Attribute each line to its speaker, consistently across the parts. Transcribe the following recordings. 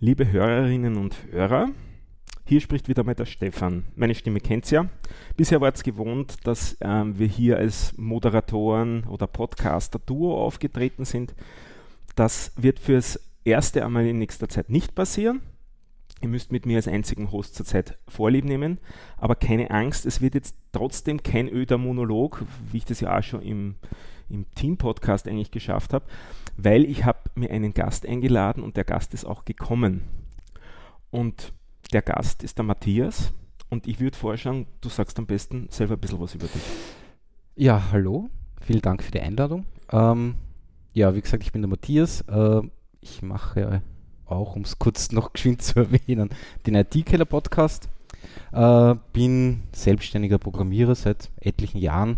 Speaker 1: Liebe Hörerinnen und Hörer, hier spricht wieder mal der Stefan. Meine Stimme kennt ihr ja. Bisher war es gewohnt, dass wir hier als Moderatoren oder Podcaster-Duo aufgetreten sind. Das wird fürs erste einmal in nächster Zeit nicht passieren. Ihr müsst mit mir als einzigen Host zurzeit Vorlieb nehmen. Aber keine Angst, es wird jetzt trotzdem kein öder Monolog, wie ich das ja auch schon im Team-Podcast eigentlich geschafft habe, weil ich habe mir einen Gast eingeladen und der Gast ist auch gekommen. Und der Gast ist der Matthias und ich würde vorschlagen, du sagst am besten selber ein bisschen was über dich.
Speaker 2: Ja, hallo, vielen Dank für die Einladung. Wie gesagt, ich bin der Matthias. Ich mache auch, um es kurz noch geschwind zu erwähnen, den IT-Keller-Podcast. Bin selbstständiger Programmierer seit etlichen Jahren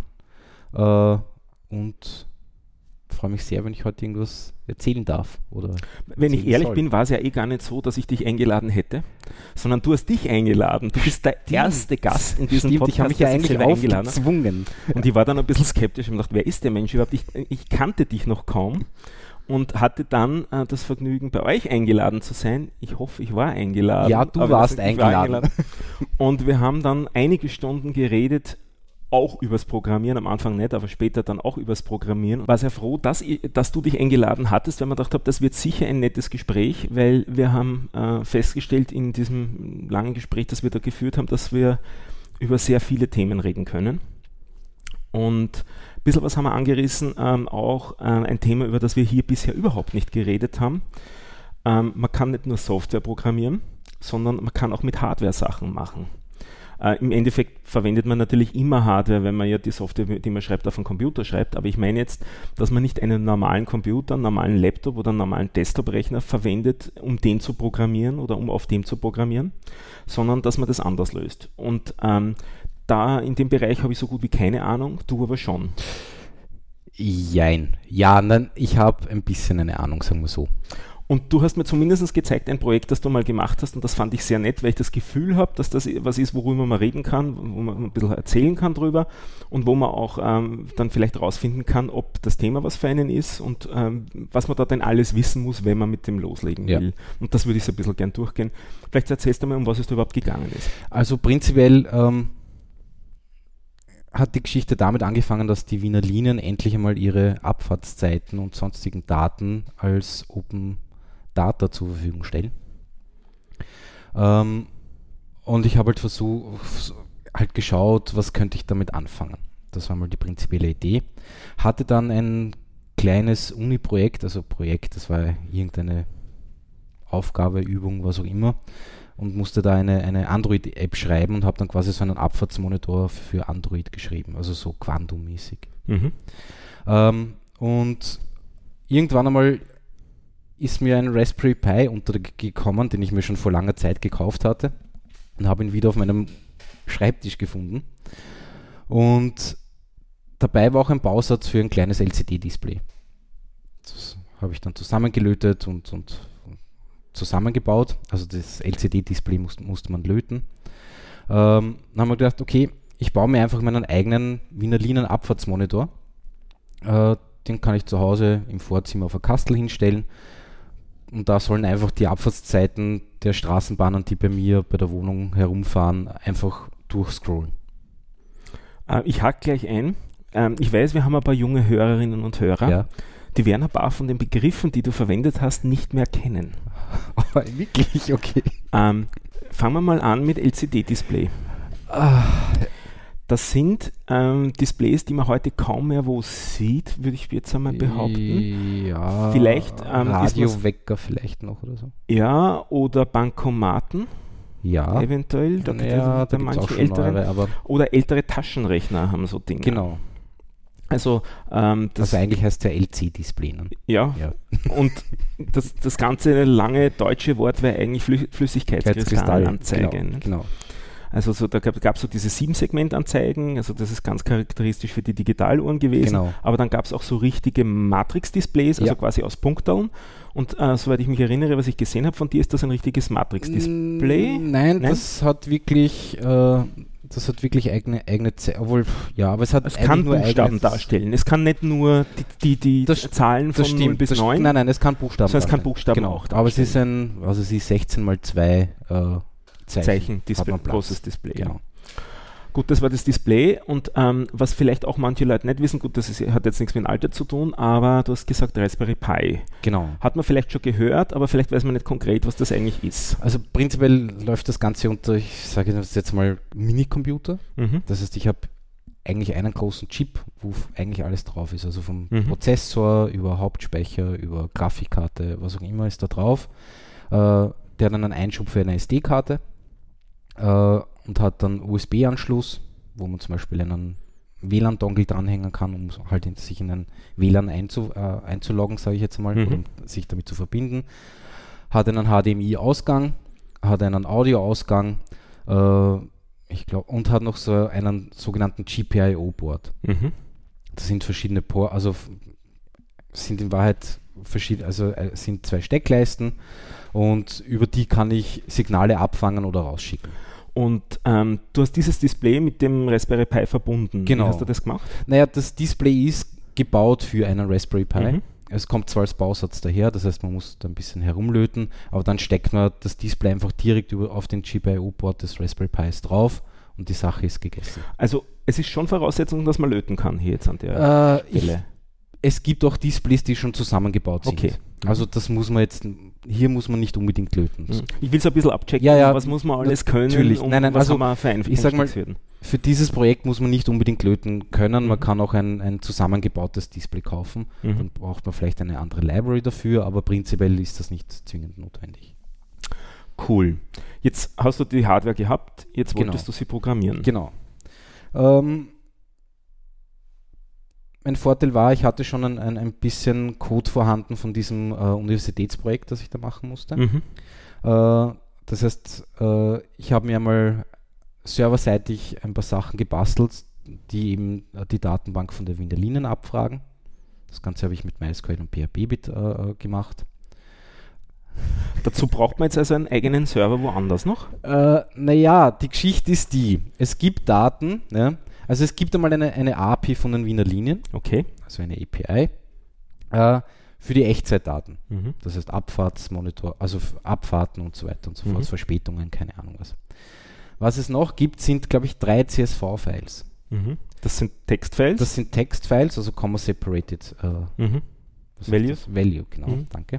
Speaker 2: und freue mich sehr, wenn ich heute irgendwas erzählen darf. Oder
Speaker 1: wenn ich ehrlich bin, war es ja gar nicht so, dass ich dich eingeladen hätte, sondern du hast dich eingeladen. Du bist der erste Gast in diesem Podcast.
Speaker 2: Ich habe mich ja eigentlich aufgezwungen.
Speaker 1: Und ich war dann ein bisschen skeptisch und dachte, wer ist der Mensch überhaupt? Ich kannte dich noch kaum und hatte dann das Vergnügen, bei euch eingeladen zu sein. Ich hoffe, ich war eingeladen.
Speaker 2: Ja, du warst eingeladen.
Speaker 1: Und wir haben dann einige Stunden geredet, auch übers Programmieren, am Anfang nicht, aber später dann auch übers Programmieren. War sehr froh, dass du dich eingeladen hattest, weil man gedacht habe, das wird sicher ein nettes Gespräch, weil wir haben festgestellt in diesem langen Gespräch, das wir da geführt haben, dass wir über sehr viele Themen reden können. Und ein bisschen was haben wir angerissen, auch ein Thema, über das wir hier bisher überhaupt nicht geredet haben. Man kann nicht nur Software programmieren, sondern man kann auch mit Hardware Sachen machen. Im Endeffekt verwendet man natürlich immer Hardware, wenn man ja die Software, die man schreibt, auf einen Computer schreibt. Aber ich meine jetzt, dass man nicht einen normalen Computer, einen normalen Laptop oder einen normalen Desktop-Rechner verwendet, um den zu programmieren oder um auf dem zu programmieren, sondern dass man das anders löst. Und da in dem Bereich habe ich so gut wie keine Ahnung, du aber schon.
Speaker 2: Jein. Ja, nein, ich habe ein bisschen eine Ahnung, sagen wir so.
Speaker 1: Und du hast mir zumindest gezeigt, ein Projekt, das du mal gemacht hast, und das fand ich sehr nett, weil ich das Gefühl habe, dass das was ist, worüber man reden kann, wo man ein bisschen erzählen kann drüber und wo man auch dann vielleicht rausfinden kann, ob das Thema was für einen ist und was man da denn alles wissen muss, wenn man mit dem loslegen will. Und das würde ich so ein bisschen gern durchgehen. Vielleicht erzählst du mal, um was es da überhaupt gegangen ist.
Speaker 2: Also prinzipiell hat die Geschichte damit angefangen, dass die Wiener Linien endlich einmal ihre Abfahrtszeiten und sonstigen Daten als Open Data zur Verfügung stellen. Und ich habe halt geschaut, was könnte ich damit anfangen. Das war mal die prinzipielle Idee. Hatte dann ein kleines Uni-Projekt, das war irgendeine Aufgabe, Übung, was auch immer, und musste da eine Android-App schreiben und habe dann quasi so einen Abfahrtsmonitor für Android geschrieben, also so Quantum-mäßig. Und irgendwann einmal ist mir ein Raspberry Pi untergekommen, den ich mir schon vor langer Zeit gekauft hatte und habe ihn wieder auf meinem Schreibtisch gefunden. Und dabei war auch ein Bausatz für ein kleines LCD-Display. Das habe ich dann zusammengelötet und zusammengebaut. Also das LCD-Display musste man löten. Dann haben wir gedacht, okay, ich baue mir einfach meinen eigenen Wiener Linien Abfahrtsmonitor. Den kann ich zu Hause im Vorzimmer auf ein Kastel hinstellen. Und da sollen einfach die Abfahrtszeiten der Straßenbahnen, die bei mir bei der Wohnung herumfahren, einfach durchscrollen.
Speaker 1: Ich hake gleich ein. Ich weiß, wir haben ein paar junge Hörerinnen und Hörer,
Speaker 2: ja,
Speaker 1: die werden ein paar von den Begriffen, die du verwendet hast, nicht mehr kennen.
Speaker 2: Oh, wirklich? Okay.
Speaker 1: Fangen wir mal an mit LCD-Display. Das sind Displays, die man heute kaum mehr wo sieht, würde ich jetzt einmal behaupten.
Speaker 2: Ja,
Speaker 1: vielleicht
Speaker 2: Radiowecker vielleicht noch oder so.
Speaker 1: Ja, oder Bankomaten.
Speaker 2: Ja.
Speaker 1: Eventuell.
Speaker 2: Da manche ältere,
Speaker 1: neuere, oder ältere Taschenrechner haben so Dinge.
Speaker 2: Genau.
Speaker 1: Also
Speaker 2: eigentlich heißt es ja LC-Display. Ne?
Speaker 1: Ja, und das ganze lange deutsche Wort wäre eigentlich Flüssigkeitskristallanzeige.
Speaker 2: Genau.
Speaker 1: Also da gab es so diese 7-Segment-Anzeigen, also das ist ganz charakteristisch für die Digitaluhren gewesen,
Speaker 2: genau.
Speaker 1: Aber dann gab es auch so richtige Matrix-Displays, also quasi aus Punkteln. Und soweit ich mich erinnere, was ich gesehen habe von dir, ist das ein richtiges Matrix-Display?
Speaker 2: Nein, das hat wirklich das hat wirklich eigene obwohl, ja, aber es hat
Speaker 1: Es kann
Speaker 2: nur
Speaker 1: Buchstaben darstellen. Es kann nicht nur die Zahlen von 0 bis 9.
Speaker 2: Nein, es kann Buchstaben
Speaker 1: sondern es kann Buchstaben
Speaker 2: genau.
Speaker 1: auch darstellen.
Speaker 2: Aber es ist es ist 16x2
Speaker 1: Zeichen,
Speaker 2: hat man Platz.
Speaker 1: großes Display.
Speaker 2: Genau.
Speaker 1: Gut, das war das Display und was vielleicht auch manche Leute nicht wissen, gut, hat jetzt nichts mit dem Alter zu tun, aber du hast gesagt Raspberry Pi.
Speaker 2: Genau.
Speaker 1: Hat man vielleicht schon gehört, aber vielleicht weiß man nicht konkret, was das eigentlich ist.
Speaker 2: Also prinzipiell läuft das Ganze unter, ich sage jetzt mal, Minicomputer. Das heißt, ich habe eigentlich einen großen Chip, wo eigentlich alles drauf ist. Also vom Prozessor über Hauptspeicher, über Grafikkarte, was auch immer ist da drauf. Der hat dann einen Einschub für eine SD-Karte. Und hat dann USB-Anschluss, wo man zum Beispiel einen WLAN-Dongle dranhängen kann, um halt sich in ein WLAN einzuloggen, sage ich jetzt mal, oder sich damit zu verbinden. Hat einen HDMI-Ausgang, hat einen Audio-Ausgang, ich glaube, und hat noch so einen sogenannten GPIO-Board. Das sind verschiedene also sind in Wahrheit sind 2 Steckleisten und über die kann ich Signale abfangen oder rausschicken.
Speaker 1: Und du hast dieses Display mit dem Raspberry Pi verbunden.
Speaker 2: Genau.
Speaker 1: Wie hast du das gemacht?
Speaker 2: Naja, das Display ist gebaut für einen Raspberry Pi. Es kommt zwar als Bausatz daher, das heißt, man muss da ein bisschen herumlöten, aber dann steckt man das Display einfach direkt auf den GPIO-Board des Raspberry Pis drauf und die Sache ist gegessen.
Speaker 1: Also es ist schon Voraussetzung, dass man löten kann hier jetzt an der Stelle.
Speaker 2: Es gibt auch Displays, die schon zusammengebaut sind.
Speaker 1: Okay.
Speaker 2: Also das muss man hier muss man nicht unbedingt löten.
Speaker 1: Ich will es ein bisschen abchecken, was muss man alles können,
Speaker 2: natürlich.
Speaker 1: was haben wir für
Speaker 2: Einstiegshürden. Für dieses Projekt muss man nicht unbedingt löten können, man kann auch ein zusammengebautes Display kaufen, dann braucht man vielleicht eine andere Library dafür, aber prinzipiell ist das nicht zwingend notwendig.
Speaker 1: Cool. Jetzt hast du die Hardware gehabt, jetzt wolltest du sie programmieren.
Speaker 2: Genau. Mein Vorteil war, ich hatte schon ein bisschen Code vorhanden von diesem Universitätsprojekt, das ich da machen musste. Das heißt, ich habe mir einmal serverseitig ein paar Sachen gebastelt, die eben die Datenbank von der Wiener Linien abfragen. Das Ganze habe ich mit MySQL und PHP gemacht.
Speaker 1: Dazu braucht man jetzt also einen eigenen Server woanders noch?
Speaker 2: Naja, die Geschichte ist es gibt Daten, ja. Also es gibt einmal eine API von den Wiener Linien, also eine API, für die Echtzeitdaten. Das heißt Abfahrtsmonitor, also Abfahrten und so weiter und so fort, Verspätungen, keine Ahnung was. Was es noch gibt, sind, glaube ich, 3 CSV-Files.
Speaker 1: Das sind Textfiles?
Speaker 2: Das sind Textfiles, also Comma-Separated
Speaker 1: Values?
Speaker 2: Value, genau, danke.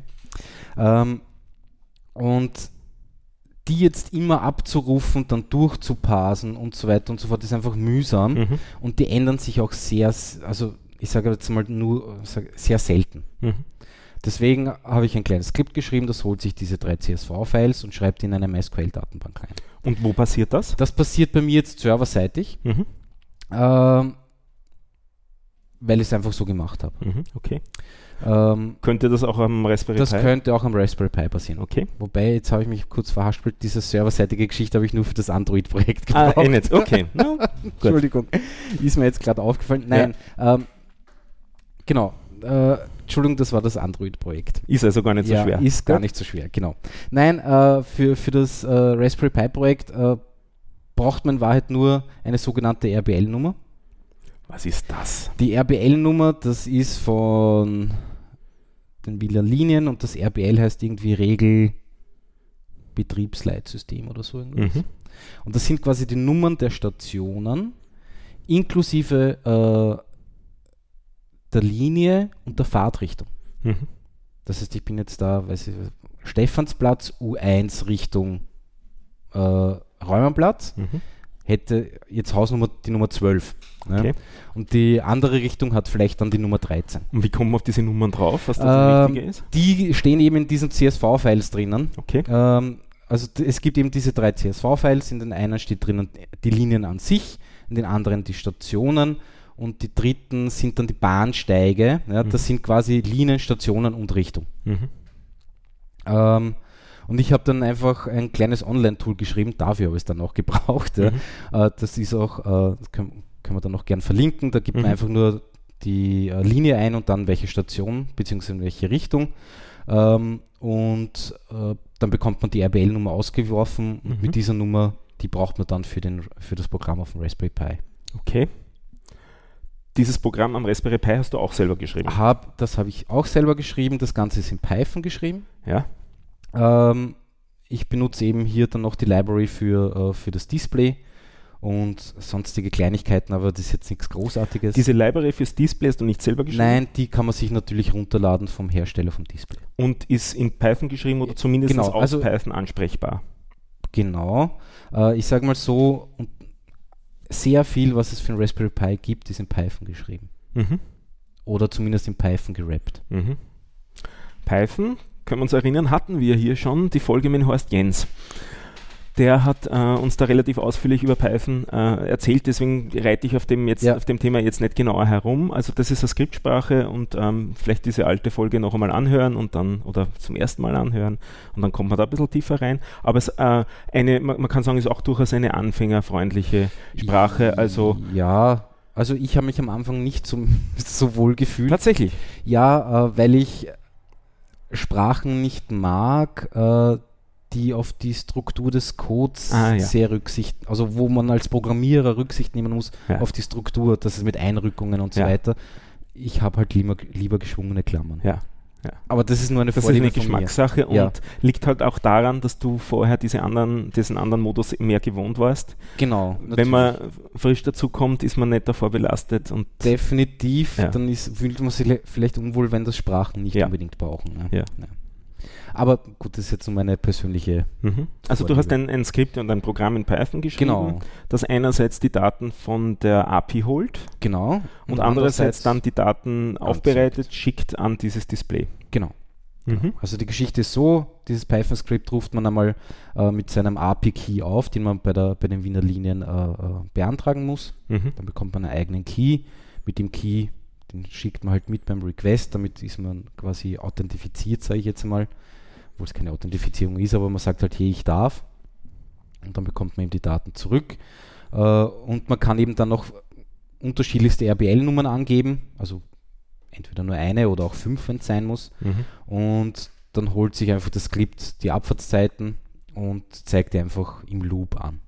Speaker 2: Und die jetzt immer abzurufen, dann durchzuparsen und so weiter und so fort, ist einfach mühsam und die ändern sich auch sehr, also ich sage jetzt mal sehr selten. Deswegen habe ich ein kleines Skript geschrieben, das holt sich diese 3 CSV-Files und schreibt in eine MySQL-Datenbank rein.
Speaker 1: Und wo passiert das?
Speaker 2: Das passiert bei mir jetzt serverseitig, weil ich es einfach so gemacht habe.
Speaker 1: Okay. Könnte das auch am Raspberry Pi?
Speaker 2: Das könnte auch am Raspberry Pi passieren.
Speaker 1: Okay.
Speaker 2: Wobei, jetzt habe ich mich kurz verhaspelt, diese serverseitige Geschichte habe ich nur für das Android-Projekt gebraucht.
Speaker 1: Nicht. Okay. No,
Speaker 2: Entschuldigung, ist mir jetzt gerade aufgefallen. Nein, genau. Entschuldigung, das war das Android-Projekt.
Speaker 1: Ist also gar nicht so schwer.
Speaker 2: Ist gar nicht so schwer, genau. Nein, für das Raspberry Pi-Projekt braucht man in Wahrheit nur eine sogenannte RBL-Nummer.
Speaker 1: Was ist das?
Speaker 2: Die RBL-Nummer, das ist von den Wiener Linien und das RBL heißt irgendwie Regelbetriebsleitsystem oder so irgendwas. Und das sind quasi die Nummern der Stationen inklusive der Linie und der Fahrtrichtung. Das heißt, ich bin jetzt da, Stephansplatz U1 Richtung Räumerplatz. Hätte jetzt Hausnummer die Nummer 12.
Speaker 1: Okay.
Speaker 2: Ja? Und die andere Richtung hat vielleicht dann die Nummer 13.
Speaker 1: Und wie kommen wir auf diese Nummern drauf, was da die richtige ist?
Speaker 2: Die stehen eben in diesen CSV-Files drinnen.
Speaker 1: Okay.
Speaker 2: Also es gibt eben diese 3 CSV-Files, in den einen steht drinnen die Linien an sich, in den anderen die Stationen und die dritten sind dann die Bahnsteige. Ja? Das sind quasi Linien, Stationen und Richtung. Und ich habe dann einfach ein kleines Online-Tool geschrieben, dafür habe ich es dann auch gebraucht. Ja. Das ist auch, das können wir dann noch gern verlinken, da gibt man einfach nur die Linie ein und dann welche Station bzw. in welche Richtung. Und dann bekommt man die RBL-Nummer ausgeworfen und mit dieser Nummer die braucht man dann für das Programm auf dem Raspberry Pi.
Speaker 1: Okay. Dieses Programm am Raspberry Pi hast du auch selber geschrieben?
Speaker 2: Das habe ich auch selber geschrieben. Das Ganze ist in Python geschrieben.
Speaker 1: Ja.
Speaker 2: Ich benutze eben hier dann noch die Library für das Display und sonstige Kleinigkeiten, aber das ist jetzt nichts Großartiges.
Speaker 1: Diese Library fürs Display hast du nicht selber geschrieben?
Speaker 2: Nein, die kann man sich natürlich runterladen vom Hersteller vom Display.
Speaker 1: Und ist in Python geschrieben oder zumindest aus Python ansprechbar?
Speaker 2: Genau. Ich sage mal so, sehr viel, was es für ein Raspberry Pi gibt, ist in Python geschrieben.
Speaker 1: Mhm.
Speaker 2: Oder zumindest in Python gerappt.
Speaker 1: Mhm. Python, können wir uns erinnern, hatten wir hier schon die Folge mit Horst Jens. Der hat uns da relativ ausführlich über Python erzählt, deswegen reite ich auf dem Thema jetzt nicht genauer herum. Also das ist eine Skriptsprache und vielleicht diese alte Folge noch einmal anhören oder zum ersten Mal anhören und dann kommt man da ein bisschen tiefer rein. Aber es man kann sagen, ist auch durchaus eine anfängerfreundliche Sprache. Also
Speaker 2: ich habe mich am Anfang nicht so wohl gefühlt.
Speaker 1: Tatsächlich?
Speaker 2: Ja, weil ich Sprachen nicht mag, die auf die Struktur des Codes sehr also wo man als Programmierer Rücksicht nehmen muss auf die Struktur, das ist mit Einrückungen und so weiter. Ich habe halt lieber geschwungene Klammern.
Speaker 1: Ja.
Speaker 2: Aber das ist nur eine
Speaker 1: Geschmackssache und liegt halt auch daran, dass du vorher diesen anderen Modus mehr gewohnt warst.
Speaker 2: Genau.
Speaker 1: Natürlich. Wenn man frisch dazu kommt, ist man nicht davor belastet. Und
Speaker 2: definitiv, dann fühlt man sich vielleicht unwohl, wenn das Sprachen nicht unbedingt brauchen. Ne? Ja. Aber gut, das ist jetzt nur meine persönliche
Speaker 1: Also du hast ein Skript und ein Programm in Python geschrieben, das einerseits die Daten von der API holt und andererseits dann die Daten aufbereitet, schickt an dieses Display.
Speaker 2: Genau. Also die Geschichte ist so, dieses Python-Skript ruft man einmal mit seinem API-Key auf, den man bei den Wiener Linien beantragen muss. Dann bekommt man einen eigenen Key. Mit dem Key, den schickt man halt mit beim Request, damit ist man quasi authentifiziert, sage ich jetzt einmal. Obwohl es keine Authentifizierung ist, aber man sagt halt, hey, ich darf. Und dann bekommt man eben die Daten zurück. Und man kann eben dann noch unterschiedlichste RBL-Nummern angeben, also entweder nur eine oder auch 5, wenn es sein muss. Und dann holt sich einfach das Skript die Abfahrtszeiten und zeigt die einfach im Loop an.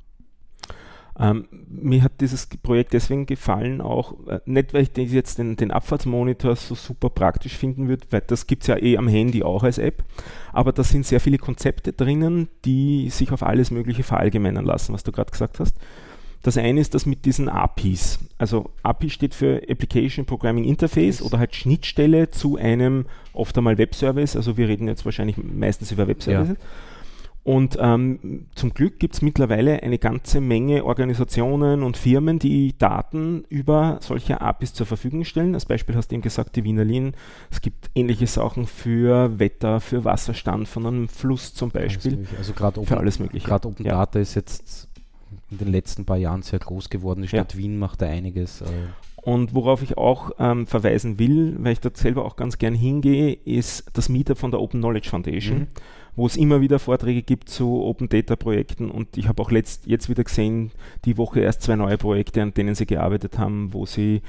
Speaker 1: Mir hat dieses Projekt deswegen gefallen, auch nicht, weil ich jetzt den Abfahrtsmonitor so super praktisch finden würde, weil das gibt es ja am Handy auch als App, aber da sind sehr viele Konzepte drinnen, die sich auf alles Mögliche verallgemeinern lassen, was du gerade gesagt hast. Das eine ist das mit diesen APIs. Also API steht für Application Programming Interface oder halt Schnittstelle zu einem oft einmal Webservice, also wir reden jetzt wahrscheinlich meistens über Webservices. Ja. Und zum Glück gibt es mittlerweile eine ganze Menge Organisationen und Firmen, die Daten über solche APIs zur Verfügung stellen. Als Beispiel hast du eben gesagt, die Wiener Linien. Es gibt ähnliche Sachen für Wetter, für Wasserstand von einem Fluss zum Beispiel.
Speaker 2: Also gerade
Speaker 1: für alles Mögliche.
Speaker 2: Gerade Open Data ist jetzt in den letzten paar Jahren sehr groß geworden. Die Stadt Wien macht da einiges.
Speaker 1: Und worauf ich auch verweisen will, weil ich dort selber auch ganz gern hingehe, ist das Meetup von der Open Knowledge Foundation, wo es immer wieder Vorträge gibt zu Open Data Projekten und ich habe auch jetzt wieder gesehen, die Woche erst 2 neue Projekte, an denen sie gearbeitet haben, wo sie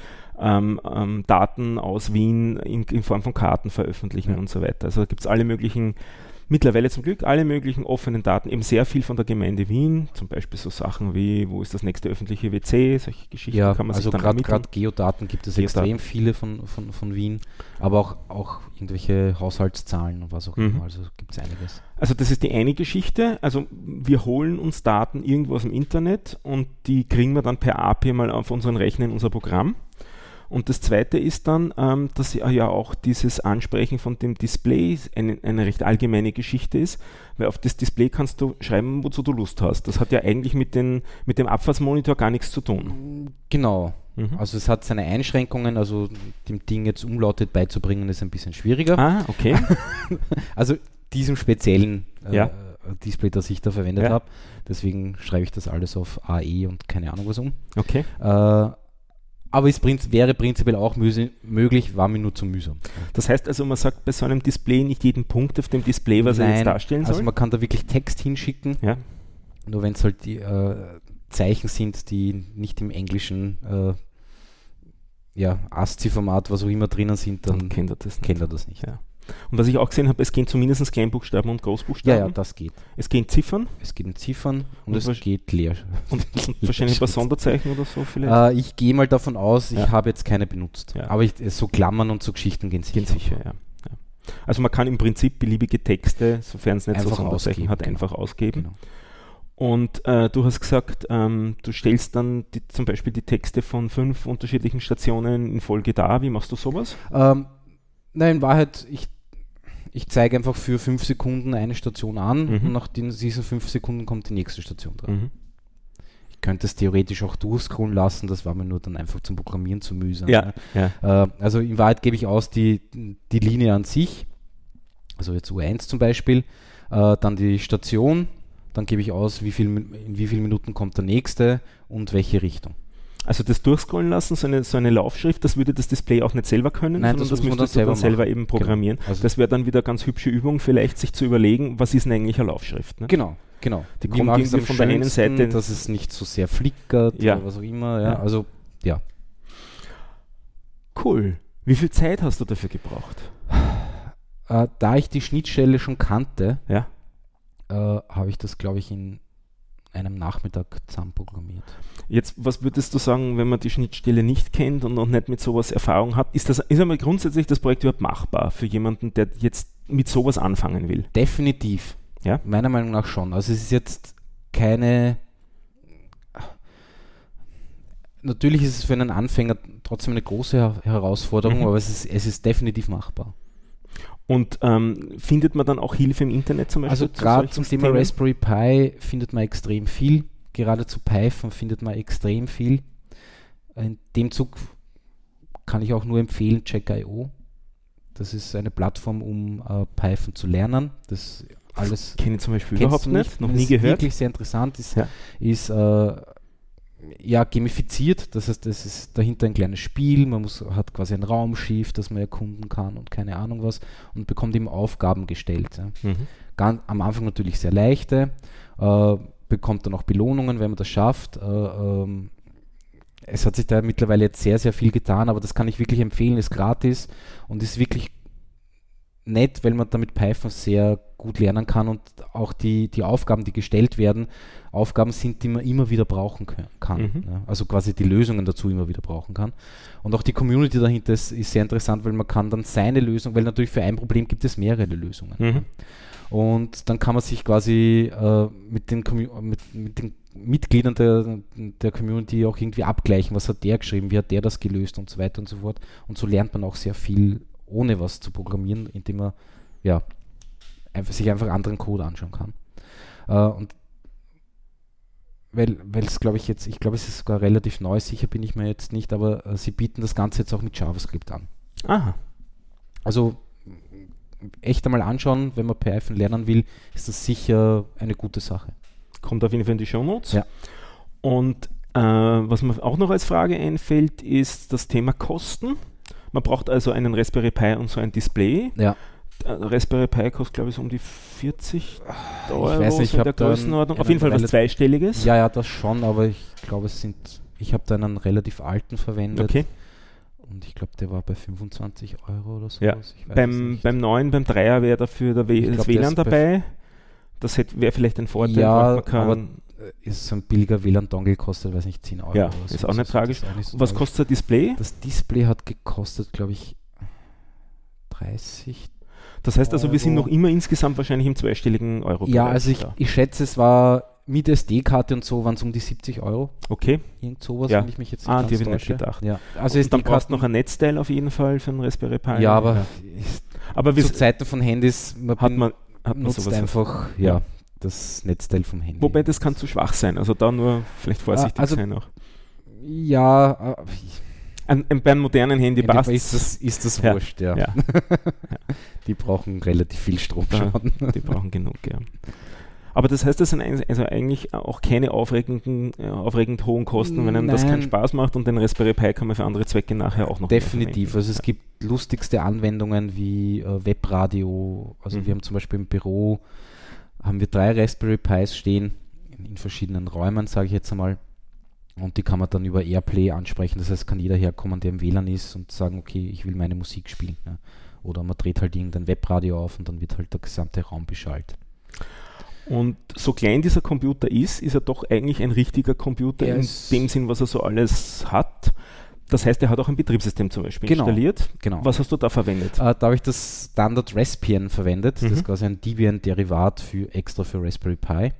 Speaker 1: Daten aus Wien in Form von Karten veröffentlichen und so weiter. Also da gibt es mittlerweile zum Glück alle möglichen offenen Daten, eben sehr viel von der Gemeinde Wien, zum Beispiel so Sachen wie, wo ist das nächste öffentliche WC, solche Geschichten kann man sich dann
Speaker 2: ermitteln. Gerade Geodaten gibt es extrem viele von Wien, aber auch irgendwelche Haushaltszahlen und was auch immer, also gibt es einiges.
Speaker 1: Also das ist die eine Geschichte, also wir holen uns Daten irgendwo aus dem Internet und die kriegen wir dann per API mal auf unseren Rechner in unser Programm. Und das zweite ist dann, dass ja auch dieses Ansprechen von dem Display eine recht allgemeine Geschichte ist, weil auf das Display kannst du schreiben, wozu du Lust hast. Das hat ja eigentlich mit dem Abfahrtsmonitor gar nichts zu tun.
Speaker 2: Genau. Also es hat seine Einschränkungen, also dem Ding jetzt Umlaute beizubringen ist ein bisschen schwieriger.
Speaker 1: Ah, okay.
Speaker 2: Also diesem speziellen Display, das ich da verwendet habe. Deswegen schreibe ich das alles auf AE und keine Ahnung was um.
Speaker 1: Okay.
Speaker 2: Aber es wäre prinzipiell auch möglich, war mir nur zu mühsam.
Speaker 1: Das heißt also, man sagt bei so einem Display nicht jeden Punkt auf dem Display, was er jetzt darstellen soll?
Speaker 2: Also man kann da wirklich Text hinschicken, nur wenn es halt die Zeichen sind, die nicht im englischen ASCII-Format, was auch immer drinnen sind, dann kennt er das nicht. Ja.
Speaker 1: Und was ich auch gesehen habe, es gehen zumindest Kleinbuchstaben und Großbuchstaben.
Speaker 2: Ja, das geht.
Speaker 1: Es gehen Ziffern.
Speaker 2: Es geht in Ziffern und
Speaker 1: Und
Speaker 2: es geht leer.
Speaker 1: Und wahrscheinlich ein paar Sonderzeichen oder so vielleicht.
Speaker 2: Ich gehe mal davon aus, ich
Speaker 1: Ja.
Speaker 2: habe jetzt keine benutzt.
Speaker 1: Ja.
Speaker 2: Aber so Klammern und so Geschichten gehen sicher.
Speaker 1: Gehen sicher, ja. Also man kann im Prinzip beliebige Texte, sofern es nicht so
Speaker 2: Einfach
Speaker 1: Sonderzeichen
Speaker 2: ausgeben,
Speaker 1: hat,
Speaker 2: genau.
Speaker 1: einfach ausgeben.
Speaker 2: Genau.
Speaker 1: Und du hast gesagt, du stellst dann zum Beispiel die Texte von 5 unterschiedlichen Stationen in Folge dar. Wie machst du sowas?
Speaker 2: Nein, in Wahrheit, ich zeige einfach für 5 Sekunden eine Station an und nach diesen 5 Sekunden kommt die nächste Station dran.
Speaker 1: Mhm.
Speaker 2: Ich könnte es theoretisch auch durchscrollen lassen, das war mir nur dann einfach zum Programmieren zu mühsam.
Speaker 1: Ja.
Speaker 2: Also in Wahrheit gebe ich aus die Linie an sich, also jetzt U1 zum Beispiel, dann die Station, dann gebe ich aus, in wie vielen Minuten kommt der nächste und welche Richtung.
Speaker 1: Also das Durchscrollen lassen, so eine Laufschrift, das würde das Display auch nicht selber können,
Speaker 2: Nein,
Speaker 1: sondern
Speaker 2: das
Speaker 1: das
Speaker 2: muss man
Speaker 1: müsstest du dann selber
Speaker 2: machen.
Speaker 1: eben programmieren.
Speaker 2: Genau. Also
Speaker 1: das wäre dann wieder eine ganz hübsche Übung, vielleicht sich zu überlegen, was ist denn eigentlich eine Laufschrift? Ne?
Speaker 2: Genau.
Speaker 1: Die
Speaker 2: Wie
Speaker 1: kommt
Speaker 2: mache ich es
Speaker 1: irgendwie
Speaker 2: am
Speaker 1: von der einen
Speaker 2: schönsten,
Speaker 1: Seite-
Speaker 2: dass es nicht so sehr flickert
Speaker 1: Ja.
Speaker 2: oder was auch immer. Ja.
Speaker 1: Ja.
Speaker 2: Also, ja.
Speaker 1: Cool. Wie viel Zeit hast du dafür gebraucht?
Speaker 2: Da ich die Schnittstelle schon kannte,
Speaker 1: Ja.
Speaker 2: habe ich das, glaube ich, in einem Nachmittag zusammenprogrammiert.
Speaker 1: Jetzt, was würdest du sagen, wenn man die Schnittstelle nicht kennt und noch nicht mit sowas Erfahrung hat? Ist einmal grundsätzlich das Projekt überhaupt machbar für jemanden, der jetzt mit sowas anfangen will?
Speaker 2: Definitiv.
Speaker 1: Ja?
Speaker 2: Meiner Meinung nach schon. Also es ist jetzt keine... Natürlich ist es für einen Anfänger trotzdem eine große Herausforderung, aber es ist definitiv machbar.
Speaker 1: Und findet man dann auch Hilfe im Internet zum Beispiel?
Speaker 2: Also
Speaker 1: zu
Speaker 2: gerade
Speaker 1: solchen
Speaker 2: zum Thema
Speaker 1: Themen?
Speaker 2: Raspberry Pi findet man extrem viel. Gerade zu Python findet man extrem viel. In dem Zug kann ich auch nur empfehlen, Check.io. Das ist eine Plattform, um Python zu lernen. Das alles
Speaker 1: Kenne ich zum Beispiel
Speaker 2: kennst
Speaker 1: überhaupt
Speaker 2: du
Speaker 1: nicht, noch
Speaker 2: Das
Speaker 1: nie
Speaker 2: ist
Speaker 1: gehört.
Speaker 2: Wirklich sehr interessant.
Speaker 1: Ja.
Speaker 2: Ist gamifiziert. Das heißt, es ist dahinter ein kleines Spiel. Man hat quasi ein Raumschiff, das man erkunden kann und keine Ahnung was und bekommt eben Aufgaben gestellt. Ja.
Speaker 1: Mhm.
Speaker 2: Am Anfang natürlich sehr leichte, bekommt dann auch Belohnungen, wenn man das schafft. Es hat sich da mittlerweile jetzt sehr, sehr viel getan, aber das kann ich wirklich empfehlen, ist gratis und ist wirklich nett, weil man damit Python sehr gut lernen kann und auch die Aufgaben, die gestellt werden, Aufgaben sind, die man immer wieder brauchen kann.
Speaker 1: Mhm.
Speaker 2: Ja, also quasi die Lösungen dazu immer wieder brauchen kann. Und auch die Community dahinter ist sehr interessant, weil man kann dann seine Lösung, weil natürlich für ein Problem gibt es mehrere Lösungen.
Speaker 1: Mhm.
Speaker 2: Und dann kann man sich quasi mit den Mitgliedern der Community auch irgendwie abgleichen, was hat der geschrieben, wie hat der das gelöst und so weiter und so fort. Und so lernt man auch sehr viel, ohne was zu programmieren, indem man sich einfach anderen Code anschauen kann. Und weil es, glaube ich, es ist sogar relativ neu, sicher bin ich mir jetzt nicht, aber sie bieten das Ganze jetzt auch mit JavaScript an.
Speaker 1: Aha.
Speaker 2: Also echt einmal anschauen, wenn man Python lernen will, ist das sicher eine gute Sache.
Speaker 1: Kommt auf jeden Fall in die Shownotes.
Speaker 2: Ja.
Speaker 1: Und was mir auch noch als Frage einfällt, ist das Thema Kosten. Man braucht also einen Raspberry Pi und so ein Display.
Speaker 2: Ja.
Speaker 1: Raspberry Pi kostet, glaube ich, so um die 40 Euro,
Speaker 2: Ich weiß nicht,
Speaker 1: so in der Größenordnung. Auf jeden Fall was Zweistelliges.
Speaker 2: Ja, das schon, aber ich glaube, ich habe da einen relativ alten verwendet.
Speaker 1: Okay.
Speaker 2: Und ich glaube, der war bei 25 Euro oder so.
Speaker 1: Ja. Beim neuen, beim 3er wäre dafür das WLAN dabei. Das wäre vielleicht ein Vorteil.
Speaker 2: Ja,
Speaker 1: man kann,
Speaker 2: aber ist so ein billiger WLAN-Dongle kostet, weiß nicht, 10 Euro.
Speaker 1: ja,
Speaker 2: oder so.
Speaker 1: ist auch nicht tragisch.
Speaker 2: Auch nicht so
Speaker 1: was
Speaker 2: tragisch.
Speaker 1: kostet das Display?
Speaker 2: Das Display hat gekostet, glaube ich, 30.
Speaker 1: Das heißt also, wir sind
Speaker 2: Euro.
Speaker 1: noch immer insgesamt wahrscheinlich im zweistelligen Euro.
Speaker 2: Ja, also ich schätze, es war mit SD-Karte und so waren es um die 70 Euro.
Speaker 1: Okay.
Speaker 2: Irgend sowas,
Speaker 1: Ja.
Speaker 2: wenn ich mich jetzt
Speaker 1: Die habe ich
Speaker 2: täusche.
Speaker 1: nicht gedacht.
Speaker 2: Ja. Also
Speaker 1: Und dann brauchst
Speaker 2: SD-Karten
Speaker 1: du noch ein Netzteil auf jeden Fall für einen Raspberry Pi.
Speaker 2: Ja, aber
Speaker 1: aber
Speaker 2: zu Zeiten von Handys,
Speaker 1: hat man
Speaker 2: nutzt
Speaker 1: sowas
Speaker 2: einfach
Speaker 1: Ja.
Speaker 2: das Netzteil vom Handy.
Speaker 1: Wobei das kann zu schwach sein. Also da nur vielleicht vorsichtig
Speaker 2: also
Speaker 1: sein auch.
Speaker 2: Ja,
Speaker 1: Beim modernen Handy passt
Speaker 2: ist das
Speaker 1: Ja.
Speaker 2: wurscht, ja.
Speaker 1: Ja.
Speaker 2: Die brauchen relativ viel Strom
Speaker 1: Da-
Speaker 2: schon.
Speaker 1: Die brauchen genug, ja. Aber das heißt, das sind also eigentlich auch keine aufregend hohen Kosten, wenn einem das keinen
Speaker 2: Nein.
Speaker 1: Spaß macht, und den Raspberry Pi kann man für andere Zwecke nachher auch noch
Speaker 2: Definitiv. Also es gibt lustigste Anwendungen wie Webradio. Also
Speaker 1: Mhm.
Speaker 2: wir haben zum Beispiel im Büro haben wir 3 Raspberry Pis stehen, in verschiedenen Räumen, sage ich jetzt einmal. Und die kann man dann über Airplay ansprechen. Das heißt, kann jeder herkommen, der im WLAN ist und sagen, okay, ich will meine Musik spielen. Ja. Oder man dreht halt irgendein Webradio auf und dann wird halt der gesamte Raum beschallt.
Speaker 1: Und so klein dieser Computer ist er doch eigentlich ein richtiger Computer in dem Sinn, was er so alles hat. Das heißt, er hat auch ein Betriebssystem zum Beispiel installiert.
Speaker 2: Genau.
Speaker 1: Was hast du da verwendet?
Speaker 2: Da habe ich das Standard Raspbian verwendet. Das ist quasi ein Debian-Derivat extra für Raspberry Pi.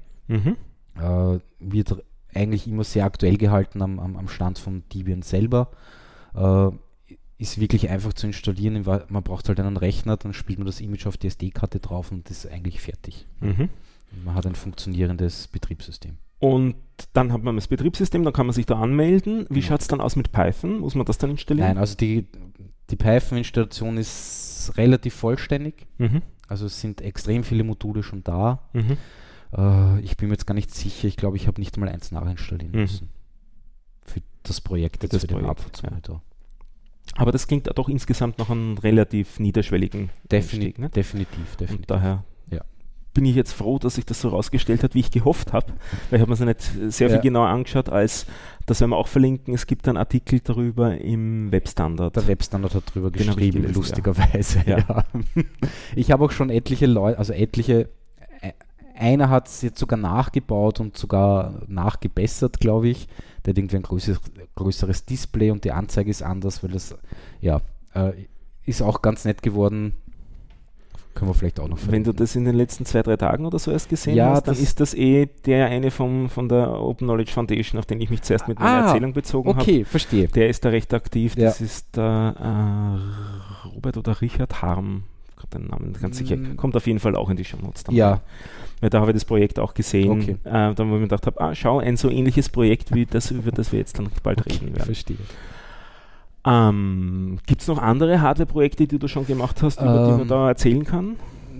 Speaker 2: Wird eigentlich immer sehr aktuell gehalten am Stand von Debian selber. Ist wirklich einfach zu installieren. Man braucht halt einen Rechner, dann spielt man das Image auf die SD-Karte drauf und das ist eigentlich fertig. Man hat ein funktionierendes Betriebssystem.
Speaker 1: Und dann hat man das Betriebssystem, dann kann man sich da anmelden. Wie schaut es dann aus mit Python? Muss man das dann installieren?
Speaker 2: Nein, also die Python-Installation ist relativ vollständig. Also es sind extrem viele Module schon da. Ich bin mir jetzt gar nicht sicher. Ich glaube, ich habe nicht mal eins nachinstallieren müssen. Für das Projekt, für den Abfahrtsmonitor.
Speaker 1: Aber das klingt doch insgesamt noch einen relativ niederschwelligen
Speaker 2: Einstieg, ne? Definitiv.
Speaker 1: Und daher bin ich jetzt froh, dass sich das so rausgestellt hat, wie ich gehofft habe. Weil ich habe mir es nicht sehr viel genauer angeschaut, als das werden wir auch verlinken. Es gibt einen Artikel darüber im Webstandard.
Speaker 2: Der Webstandard hat darüber geschrieben, lustigerweise. Ja. Ich habe auch schon etliche Leute, einer hat es jetzt sogar nachgebaut und sogar nachgebessert, glaube ich. Der hat irgendwie ein größeres Display und die Anzeige ist anders, weil das, ist auch ganz nett geworden. Können wir vielleicht auch noch verlinken.
Speaker 1: Wenn du das in den letzten 2-3 Tagen oder so erst gesehen hast, dann ist das der eine von der Open Knowledge Foundation, auf den ich mich zuerst mit meiner Erzählung bezogen habe.
Speaker 2: Okay, verstehe.
Speaker 1: Der ist da recht aktiv. Das ist der Robert oder Richard Harm. Ich habe den Namen ganz sicher. Kommt auf jeden Fall auch in die Shownotes.
Speaker 2: Ja.
Speaker 1: Weil da habe ich das Projekt auch gesehen. Dann, wo ich mir gedacht habe, schau, ein so ähnliches Projekt wie das, über das wir jetzt dann bald reden werden.
Speaker 2: Verstehe.
Speaker 1: Gibt es noch andere Hardware-Projekte, die du schon gemacht hast, über die man da erzählen kann?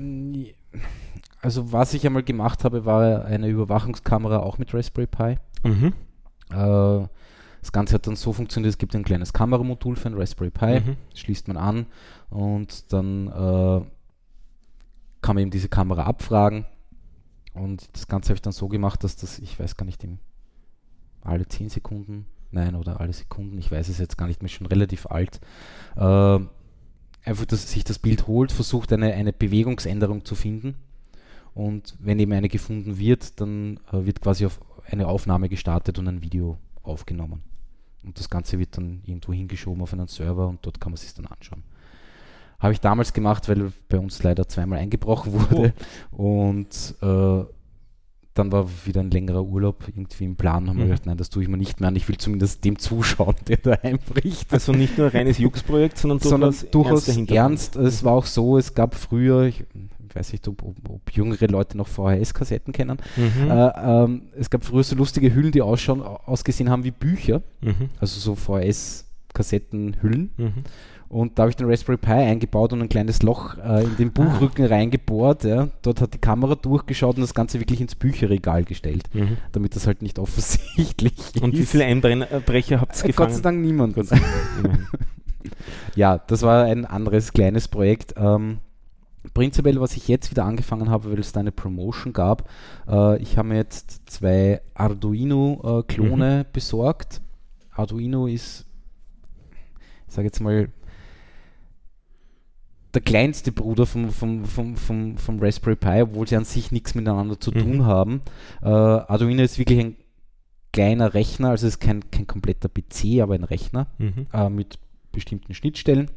Speaker 2: Also was ich einmal gemacht habe, war eine Überwachungskamera auch mit Raspberry Pi. Das Ganze hat dann so funktioniert, es gibt ein kleines Kameramodul für ein Raspberry Pi, das schließt man an und dann kann man eben diese Kamera abfragen. Und das Ganze habe ich dann so gemacht, dass das, ich weiß gar nicht, alle 10 Sekunden, oder alle Sekunden, ich weiß es jetzt gar nicht mehr, schon relativ alt, einfach, dass sich das Bild holt, versucht eine Bewegungsänderung zu finden und wenn eben eine gefunden wird, dann wird quasi eine Aufnahme gestartet und ein Video aufgenommen. Und das Ganze wird dann irgendwo hingeschoben auf einen Server und dort kann man es sich dann anschauen. Habe ich damals gemacht, weil bei uns leider zweimal eingebrochen wurde und dann war wieder ein längerer Urlaub irgendwie im Plan. Haben wir gedacht, nein, das tue ich mir nicht mehr an. Ich will zumindest dem zuschauen, der da einbricht.
Speaker 1: Also nicht nur ein reines Jux-Projekt, sondern
Speaker 2: durchaus ernst. Es war auch so, es gab früher, ich weiß nicht, ob jüngere Leute noch VHS-Kassetten kennen. Es gab früher so lustige Hüllen, die ausgesehen haben wie Bücher. Also so VHS-Kassettenhüllen. Und da habe ich den Raspberry Pi eingebaut und ein kleines Loch in den Buchrücken reingebohrt. Ja. Dort hat die Kamera durchgeschaut und das Ganze wirklich ins Bücherregal gestellt, damit das halt nicht offensichtlich ist.
Speaker 1: Und wie viele Einbrecher habt ihr gefangen?
Speaker 2: Gott sei Dank niemand. Ja, das war ein anderes kleines Projekt. Prinzipiell, was ich jetzt wieder angefangen habe, weil es da eine Promotion gab, ich habe mir jetzt 2 Arduino-Klone besorgt. Arduino ist, ich sage jetzt mal, der kleinste Bruder vom Raspberry Pi, obwohl sie an sich nichts miteinander zu tun haben. Arduino ist wirklich ein kleiner Rechner, also es ist kein kompletter PC, aber ein Rechner mit bestimmten Schnittstellen.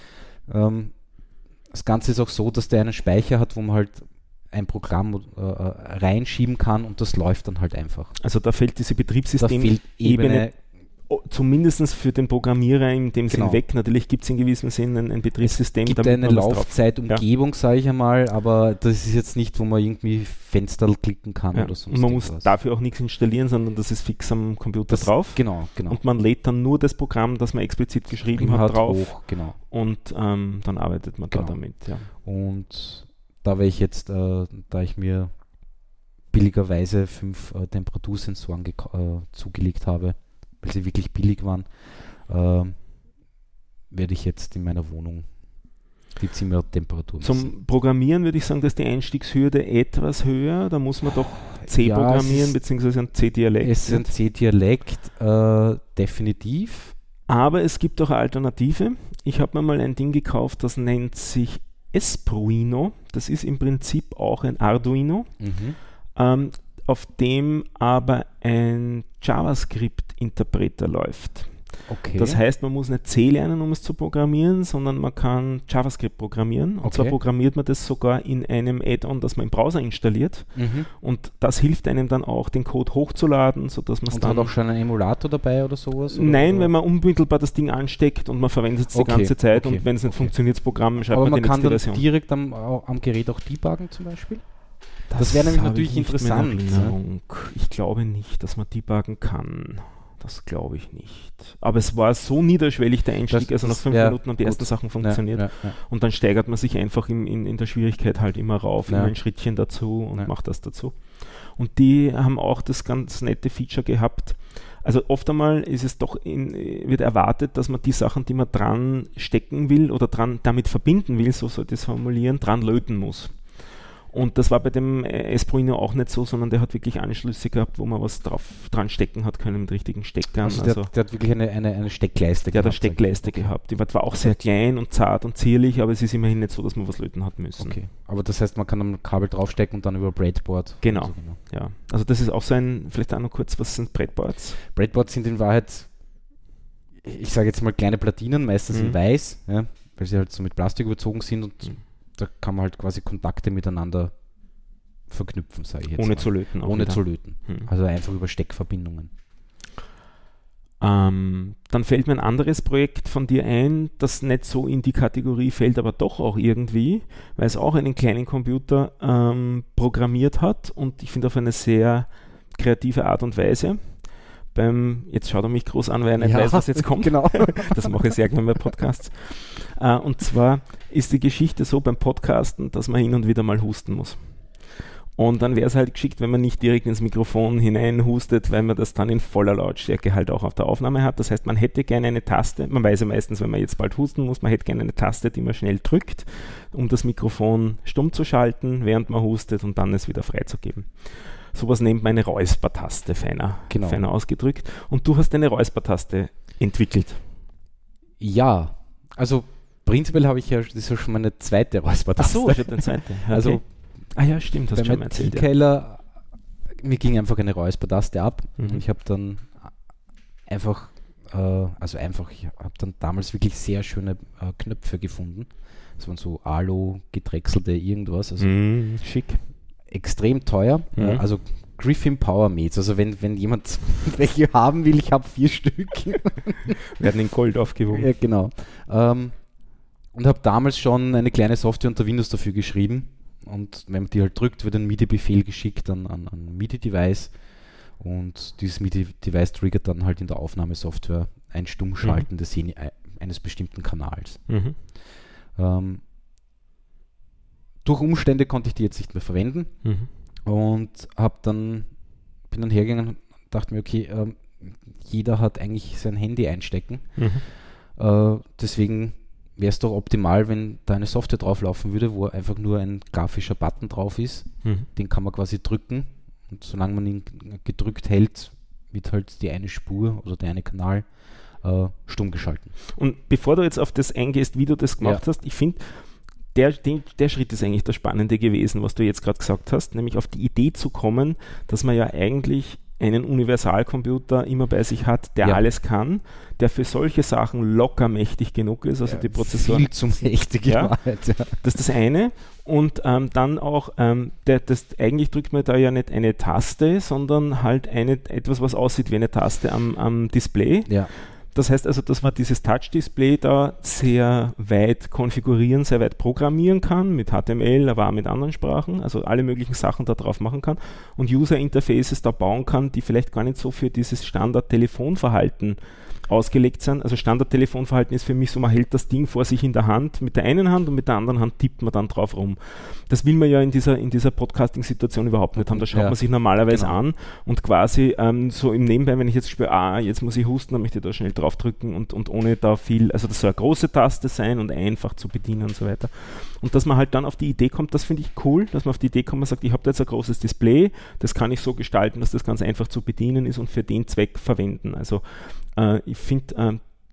Speaker 2: Das Ganze ist auch so, dass der einen Speicher hat, wo man halt ein Programm reinschieben kann und das läuft dann halt einfach.
Speaker 1: Also da fällt diese Betriebssystemebene zumindest für den Programmierer in dem Sinn weg. Natürlich gibt es in gewissem Sinn ein Betriebssystem.
Speaker 2: Es gibt eine Laufzeitumgebung, sage ich einmal, aber das ist jetzt nicht, wo man irgendwie Fenster klicken kann oder so.
Speaker 1: Und man muss dafür auch nichts installieren, sondern das ist fix am Computer drauf.
Speaker 2: Genau.
Speaker 1: Und man lädt dann nur das Programm, das man explizit geschrieben hat, drauf.
Speaker 2: Hoch, genau.
Speaker 1: Und dann arbeitet man da damit. Ja.
Speaker 2: Und da werde ich jetzt, da ich mir billigerweise 5 Temperatursensoren zugelegt habe, weil sie wirklich billig waren, werde ich jetzt in meiner Wohnung die Zimmertemperatur messen.
Speaker 1: Zum Programmieren würde ich sagen, dass die Einstiegshürde etwas höher, da muss man doch C programmieren, beziehungsweise ein C-Dialekt.
Speaker 2: Es ist ein C-Dialekt, definitiv.
Speaker 1: Aber es gibt auch eine Alternative. Ich habe mir mal ein Ding gekauft, das nennt sich Espruino. Das ist im Prinzip auch ein Arduino, auf dem aber ein JavaScript-Interpreter läuft.
Speaker 2: Okay.
Speaker 1: Das heißt, man muss nicht C lernen, um es zu programmieren, sondern man kann JavaScript programmieren. Und zwar programmiert man das sogar in einem Add-on, das man im Browser installiert. Und das hilft einem dann auch, den Code hochzuladen, sodass man es dann...
Speaker 2: Und hat auch schon einen Emulator dabei oder sowas?
Speaker 1: Nein, wenn man unmittelbar das Ding ansteckt und man verwendet es die ganze Zeit und wenn es nicht funktioniert, das Programm, schreibt man die nächste Version.
Speaker 2: Aber man kann direkt am Gerät auch debuggen zum Beispiel? Das wäre nämlich natürlich interessant.
Speaker 1: Ich glaube nicht, dass man debuggen kann. Das glaube ich nicht. Aber es war so niederschwellig der Einstieg, also nach 5 Minuten haben die ersten Sachen funktioniert. Ja. Und dann steigert man sich einfach in der Schwierigkeit halt immer rauf, immer ein Schrittchen dazu und macht das dazu. Und die haben auch das ganz nette Feature gehabt. Also oft einmal ist es doch wird erwartet, dass man die Sachen, die man dran stecken will oder damit verbinden will, so sollte ich es formulieren, dran löten muss. Und das war bei dem Espruino auch nicht so, sondern der hat wirklich Anschlüsse gehabt, wo man was dran stecken hat können mit richtigen Steckern.
Speaker 2: Also der hat wirklich eine Steckleiste
Speaker 1: gehabt. Der hat eine Steckleiste gehabt. Die war auch sehr klein und zart und zierlich, aber es ist immerhin nicht so, dass man was löten hat müssen.
Speaker 2: Okay, aber das heißt, man kann ein Kabel draufstecken und dann über Breadboard.
Speaker 1: Genau, ja. Also das ist auch so vielleicht auch noch kurz, was sind Breadboards?
Speaker 2: Breadboards sind in Wahrheit, ich sage jetzt mal kleine Platinen, meistens in weiß, ja, weil sie halt so mit Plastik überzogen sind und da kann man halt quasi Kontakte miteinander verknüpfen, sage ich jetzt
Speaker 1: Ohne
Speaker 2: mal.
Speaker 1: zu löten.
Speaker 2: Ohne zu löten. Also einfach über Steckverbindungen.
Speaker 1: Dann fällt mir ein anderes Projekt von dir ein, das nicht so in die Kategorie fällt, aber doch auch irgendwie, weil es auch einen kleinen Computer programmiert hat und ich finde auf eine sehr kreative Art und Weise. Jetzt schaut er mich groß an, weil er nicht weiß, was jetzt kommt.
Speaker 2: Genau.
Speaker 1: Das mache ich sehr gerne bei Podcasts. Und zwar ist die Geschichte so beim Podcasten, dass man hin und wieder mal husten muss. Und dann wäre es halt geschickt, wenn man nicht direkt ins Mikrofon hineinhustet, weil man das dann in voller Lautstärke halt auch auf der Aufnahme hat. Das heißt, man hätte gerne eine Taste, man weiß ja meistens, wenn man jetzt bald husten muss, man hätte gerne eine Taste, die man schnell drückt, um das Mikrofon stumm zu schalten, während man hustet und dann es wieder freizugeben. Sowas nennt man eine Räuspertaste, feiner ausgedrückt. Und du hast eine Räuspertaste entwickelt.
Speaker 2: Ja, also prinzipiell habe ich das ist ja schon meine zweite Räuspertaste.
Speaker 1: Ach so, ich habe eine zweite. Okay.
Speaker 2: Also,
Speaker 1: ja, stimmt, hast du schon mal erzählt.
Speaker 2: Mir ging einfach eine Räuspertaste ab und ich habe dann ich habe dann damals wirklich sehr schöne Knöpfe gefunden. Das waren so Alu, gedrechselte irgendwas. Also
Speaker 1: schick.
Speaker 2: Extrem teuer, also Griffin Power Mates, also wenn jemand welche haben will, ich habe 4 Stück.
Speaker 1: Werden in Gold aufgewogen.
Speaker 2: Ja, genau. Und habe damals schon eine kleine Software unter Windows dafür geschrieben und wenn man die halt drückt, wird ein MIDI-Befehl geschickt an ein MIDI-Device und dieses MIDI-Device triggert dann halt in der Aufnahmesoftware ein Stummschalten eines bestimmten Kanals. Durch Umstände konnte ich die jetzt nicht mehr verwenden und bin dann hergegangen und dachte mir, okay, jeder hat eigentlich sein Handy einstecken. Deswegen wäre es doch optimal, wenn da eine Software drauflaufen würde, wo einfach nur ein grafischer Button drauf ist. Den kann man quasi drücken und solange man ihn gedrückt hält, wird halt die eine Spur oder der eine Kanal stumm geschalten.
Speaker 1: Und bevor du jetzt auf das eingehst, wie du das gemacht hast, ich finde, der Schritt ist eigentlich das Spannende gewesen, was du jetzt gerade gesagt hast, nämlich auf die Idee zu kommen, dass man ja eigentlich einen Universalcomputer immer bei sich hat, der alles kann, der für solche Sachen locker mächtig genug ist, also die Prozessoren.
Speaker 2: Viel zu mächtig.
Speaker 1: Das ist das eine. Und dann auch, eigentlich drückt man da ja nicht eine Taste, sondern halt etwas, was aussieht wie eine Taste am Display.
Speaker 2: Ja.
Speaker 1: Das heißt also, dass man dieses Touch-Display da sehr weit konfigurieren, sehr weit programmieren kann, mit HTML, aber auch mit anderen Sprachen, also alle möglichen Sachen da drauf machen kann und User-Interfaces da bauen kann, die vielleicht gar nicht so für dieses Standard-Telefonverhalten ausgelegt sind. Also Standard-Telefonverhalten ist für mich so, man hält das Ding vor sich in der Hand, mit der einen Hand und mit der anderen Hand tippt man dann drauf rum. Das will man ja in dieser Podcasting-Situation überhaupt nicht haben. Da schaut man sich normalerweise an und quasi so im Nebenbei, wenn ich jetzt spüre, jetzt muss ich husten, dann möchte ich da schnell drauf drücken und ohne da viel, also das soll eine große Taste sein und einfach zu bedienen und so weiter. Und dass man halt dann auf die Idee kommt, das finde ich cool, dass man auf die Idee kommt, man sagt, ich habe da jetzt ein großes Display, das kann ich so gestalten, dass das ganz einfach zu bedienen ist und für den Zweck verwenden. Also ich finde,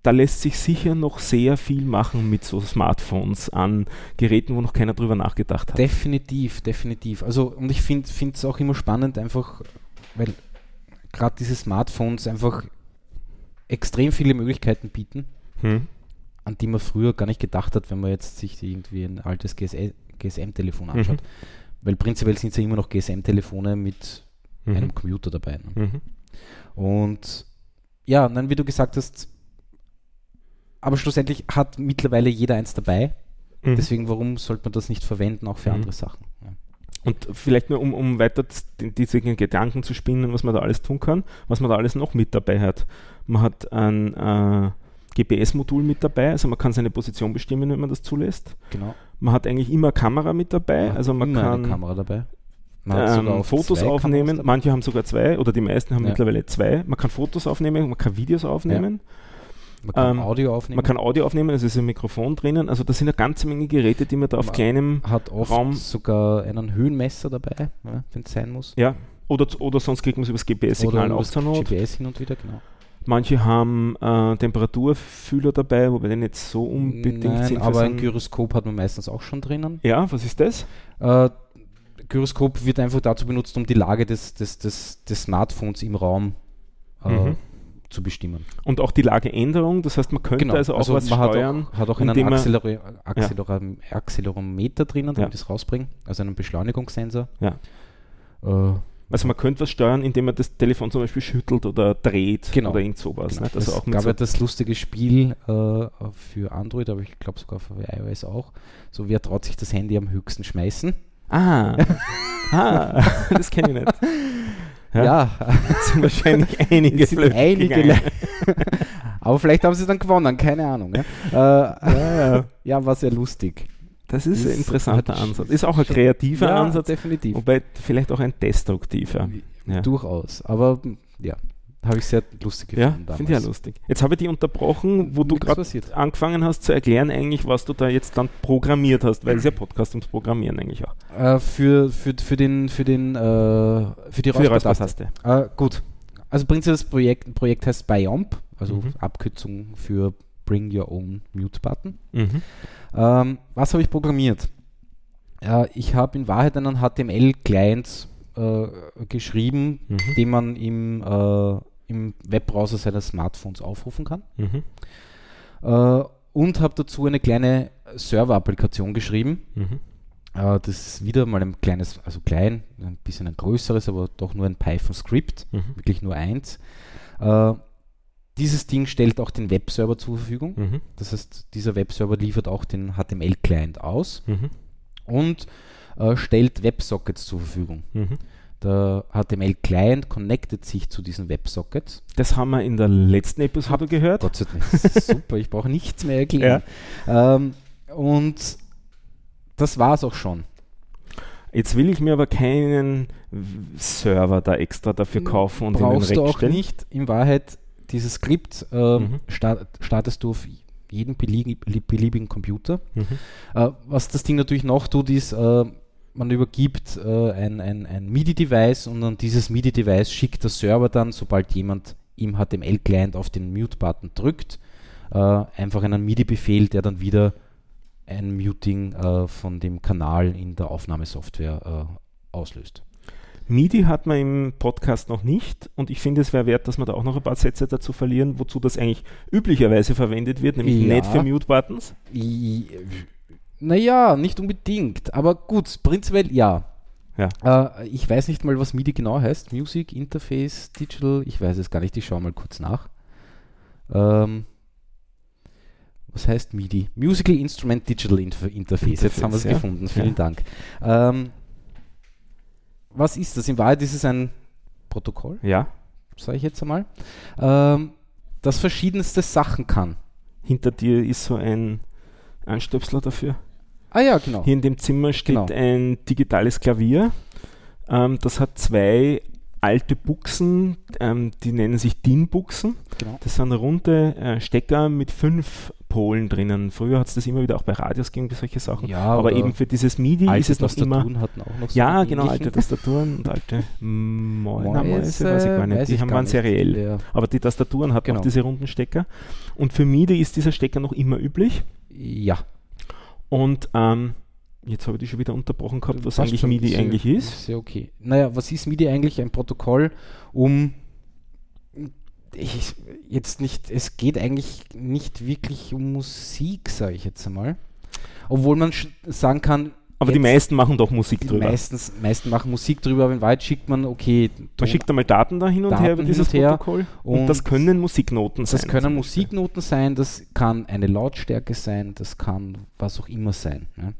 Speaker 1: da lässt sich sicher noch sehr viel machen mit so Smartphones an Geräten, wo noch keiner drüber nachgedacht hat.
Speaker 2: Definitiv. Also, und ich finde es auch immer spannend, einfach, weil gerade diese Smartphones einfach extrem viele Möglichkeiten bieten, an die man früher gar nicht gedacht hat, wenn man jetzt sich irgendwie ein altes GSM-Telefon anschaut. Weil prinzipiell sind es ja immer noch GSM-Telefone mit einem Computer dabei. Ne? Und ja, dann, wie du gesagt hast, aber schlussendlich hat mittlerweile jeder eins dabei. Deswegen, warum sollte man das nicht verwenden, auch für andere Sachen? Ja.
Speaker 1: Und vielleicht nur, um weiter diese Gedanken zu spinnen, was man da alles tun kann, was man da alles noch mit dabei hat. Man hat ein GPS-Modul mit dabei, also man kann seine Position bestimmen, wenn man das zulässt.
Speaker 2: Genau.
Speaker 1: Man hat eigentlich immer eine Kamera mit dabei, also man kann
Speaker 2: eine Kamera dabei. Man hat sogar auch
Speaker 1: Fotos aufnehmen, manche haben sogar 2 oder die meisten haben mittlerweile 2. Man kann Fotos aufnehmen, man kann Videos aufnehmen.
Speaker 2: Ja. Man kann Audio aufnehmen.
Speaker 1: Man kann Audio aufnehmen, also ist ein Mikrofon drinnen. Also das sind eine ganze Menge Geräte, die man da auf kleinem
Speaker 2: hat oft
Speaker 1: Raum...
Speaker 2: sogar einen Höhenmesser dabei, wenn es sein muss.
Speaker 1: Ja, oder sonst kriegt man es über das GPS-Signal auch zur Not.
Speaker 2: GPS hin und wieder, genau.
Speaker 1: Manche haben Temperaturfühler dabei, wobei die nicht so unbedingt sind.
Speaker 2: Aber ein Gyroskop hat man meistens auch schon drinnen.
Speaker 1: Ja, was ist das?
Speaker 2: Gyroskop wird einfach dazu benutzt, um die Lage des Smartphones im Raum zu bestimmen.
Speaker 1: Und auch die Lageänderung, das heißt, man könnte also auch was steuern.
Speaker 2: Hat auch einen Accelerometer drinnen, damit ich es rausbringe, also einen Beschleunigungssensor.
Speaker 1: Ja. Also man könnte was steuern, indem man das Telefon zum Beispiel schüttelt oder dreht oder irgend sowas.
Speaker 2: Genau.
Speaker 1: Ne? Also
Speaker 2: es gab ja das lustige Spiel für Android, aber ich glaube sogar für iOS auch. So, wer traut sich das Handy am höchsten schmeißen?
Speaker 1: Das kenne ich nicht.
Speaker 2: Ja.
Speaker 1: Das sind wahrscheinlich einige
Speaker 2: Aber vielleicht haben sie dann gewonnen, keine Ahnung. Ja, war sehr lustig.
Speaker 1: Das ist ein interessanter Ansatz. Ist auch ein kreativer Ansatz.
Speaker 2: Definitiv.
Speaker 1: Wobei vielleicht auch ein destruktiver.
Speaker 2: Ja. Durchaus. Aber ja, habe ich sehr lustig gefunden.
Speaker 1: Ja, finde ich ja lustig. Jetzt habe ich dich unterbrochen, wo du gerade angefangen hast zu erklären eigentlich, was du da jetzt dann programmiert hast, weil es ja Podcast ums Programmieren eigentlich auch.
Speaker 2: Für die Räuspertaste. Gut. Also prinzipiell das Projekt heißt BYOMP, also Abkürzung für Bring Your Own Mute Button. Was habe ich programmiert? Ich habe in Wahrheit einen HTML-Client geschrieben, den man im Webbrowser seines Smartphones aufrufen kann. Und habe dazu eine kleine Server-Applikation geschrieben. Das ist wieder mal ein kleines, also klein, ein bisschen ein größeres, aber doch nur ein Python-Skript, wirklich nur eins. Dieses Ding stellt auch den Webserver zur Verfügung. Das heißt, dieser Webserver liefert auch den HTML-Client aus und stellt WebSockets zur Verfügung. Der HTML-Client connectet sich zu diesen WebSockets.
Speaker 1: Das haben wir in der letzten Episode gehört.
Speaker 2: Gott sei Dank. Das ist super, ich brauche nichts mehr erklären. Und das war es auch schon.
Speaker 1: Jetzt will ich mir aber keinen Server da extra dafür kaufen und
Speaker 2: brauchst
Speaker 1: in den
Speaker 2: du
Speaker 1: Rack
Speaker 2: auch
Speaker 1: stellen.
Speaker 2: nicht. In Wahrheit, dieses Skript startest du auf jeden beliebigen Computer. Was das Ding natürlich noch tut, ist, man übergibt ein MIDI-Device und dann dieses MIDI-Device schickt der Server dann, sobald jemand im HTML-Client auf den Mute-Button drückt, einfach einen MIDI-Befehl, der dann wieder ein Muting von dem Kanal in der Aufnahmesoftware auslöst.
Speaker 1: MIDI hat man im Podcast noch nicht und ich finde, es wäre wert, dass wir da auch noch ein paar Sätze dazu verlieren, wozu das eigentlich üblicherweise verwendet wird, nämlich nicht für Mute-Buttons.
Speaker 2: Naja, nicht unbedingt, aber gut, prinzipiell ja. Ich weiß nicht mal, was MIDI genau heißt. Music, Interface, Digital, ich weiß es gar nicht, ich schaue mal kurz nach. Was heißt MIDI? Musical Instrument Digital Interface. Jetzt haben wir es gefunden, vielen Dank. Was ist das? In Wahrheit ist es ein Protokoll, sage ich jetzt einmal, das verschiedenste Sachen kann.
Speaker 1: Hinter dir ist so ein Anstöpsler dafür.
Speaker 2: Ja, genau.
Speaker 1: Hier in dem Zimmer steht ein digitales Klavier. Das hat 2 alte Buchsen, die nennen sich DIN-Buchsen.
Speaker 2: Genau.
Speaker 1: Das sind runde Stecker mit 5 Polen drinnen. Früher hat es das immer wieder auch bei Radios gegeben, bei solche Sachen.
Speaker 2: Ja,
Speaker 1: aber eben für dieses MIDI ist es noch immer...
Speaker 2: hatten auch noch so
Speaker 1: Ja,
Speaker 2: einen
Speaker 1: genau,
Speaker 2: ähnlichen.
Speaker 1: alte Tastaturen und alte Mäuse,
Speaker 2: Mäuse,
Speaker 1: weiß ich gar nicht.
Speaker 2: weiß
Speaker 1: Die
Speaker 2: ich
Speaker 1: waren
Speaker 2: gar nicht.
Speaker 1: seriell.
Speaker 2: Ja.
Speaker 1: Aber die Tastaturen hatten
Speaker 2: Genau.
Speaker 1: auch diese runden Stecker. Und für MIDI ist dieser Stecker noch immer üblich.
Speaker 2: Ja.
Speaker 1: Und jetzt habe ich dich schon wieder unterbrochen gehabt, was
Speaker 2: Passt
Speaker 1: eigentlich
Speaker 2: schon.
Speaker 1: MIDI
Speaker 2: Sehr-
Speaker 1: eigentlich ist.
Speaker 2: Sehr okay. Naja, was ist MIDI eigentlich? Ein Protokoll, es geht eigentlich nicht wirklich um Musik, sage ich jetzt einmal. Obwohl man sagen kann,
Speaker 1: Aber die meisten machen doch Musik
Speaker 2: die
Speaker 1: drüber.
Speaker 2: meisten machen Musik drüber, aber in Wahrheit schickt man, okay,
Speaker 1: Man schickt einmal Daten da hin und her
Speaker 2: Daten
Speaker 1: über
Speaker 2: hin
Speaker 1: dieses
Speaker 2: und her
Speaker 1: Protokoll und
Speaker 2: und
Speaker 1: das können Musiknoten sein.
Speaker 2: das können
Speaker 1: zum Beispiel.
Speaker 2: Musiknoten sein, das kann eine Lautstärke sein, das kann was auch immer sein. Ne?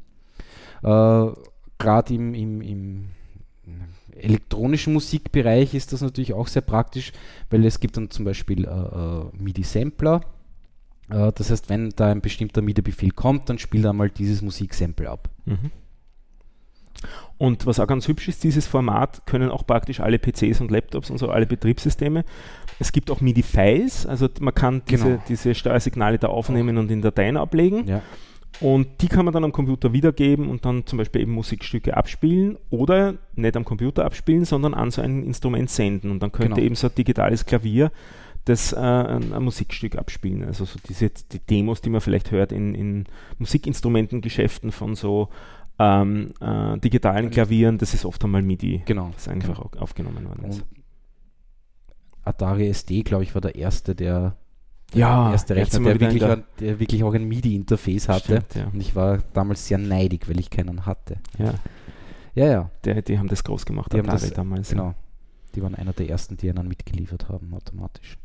Speaker 2: Gerade im elektronischen Musikbereich ist das natürlich auch sehr praktisch, weil es gibt dann zum Beispiel MIDI-Sampler. Das heißt, wenn da ein bestimmter MIDI-Befehl kommt, dann spielt einmal dieses Musiksample ab.
Speaker 1: Mhm. Und was auch ganz hübsch ist, dieses Format können auch praktisch alle PCs und Laptops und so, alle Betriebssysteme. Es gibt auch MIDI-Files, also man kann
Speaker 2: Genau.
Speaker 1: diese Steuersignale da aufnehmen und in Dateien ablegen.
Speaker 2: Ja.
Speaker 1: Und die kann man dann am Computer wiedergeben und dann zum Beispiel eben Musikstücke abspielen oder nicht am Computer abspielen, sondern an so ein Instrument senden. Und dann könnte
Speaker 2: Genau.
Speaker 1: eben so ein digitales Klavier das ein Musikstück abspielen. Also so die Demos, die man vielleicht hört in Musikinstrumentengeschäften von so digitalen Klavieren, das ist oft einmal MIDI,
Speaker 2: Genau.
Speaker 1: das einfach aufgenommen worden ist.
Speaker 2: Und Atari ST, glaube ich, war der erste, der erste
Speaker 1: jetzt sind
Speaker 2: Rechner,
Speaker 1: wir wieder
Speaker 2: der wirklich auch ein MIDI-Interface hatte.
Speaker 1: Stimmt, ja.
Speaker 2: Und ich war damals sehr neidig, weil ich keinen hatte.
Speaker 1: Ja,
Speaker 2: Ja.
Speaker 1: die haben das groß gemacht,
Speaker 2: Die haben
Speaker 1: Atari
Speaker 2: das
Speaker 1: damals.
Speaker 2: Genau. Die waren einer der ersten, die einen mitgeliefert haben, automatisch.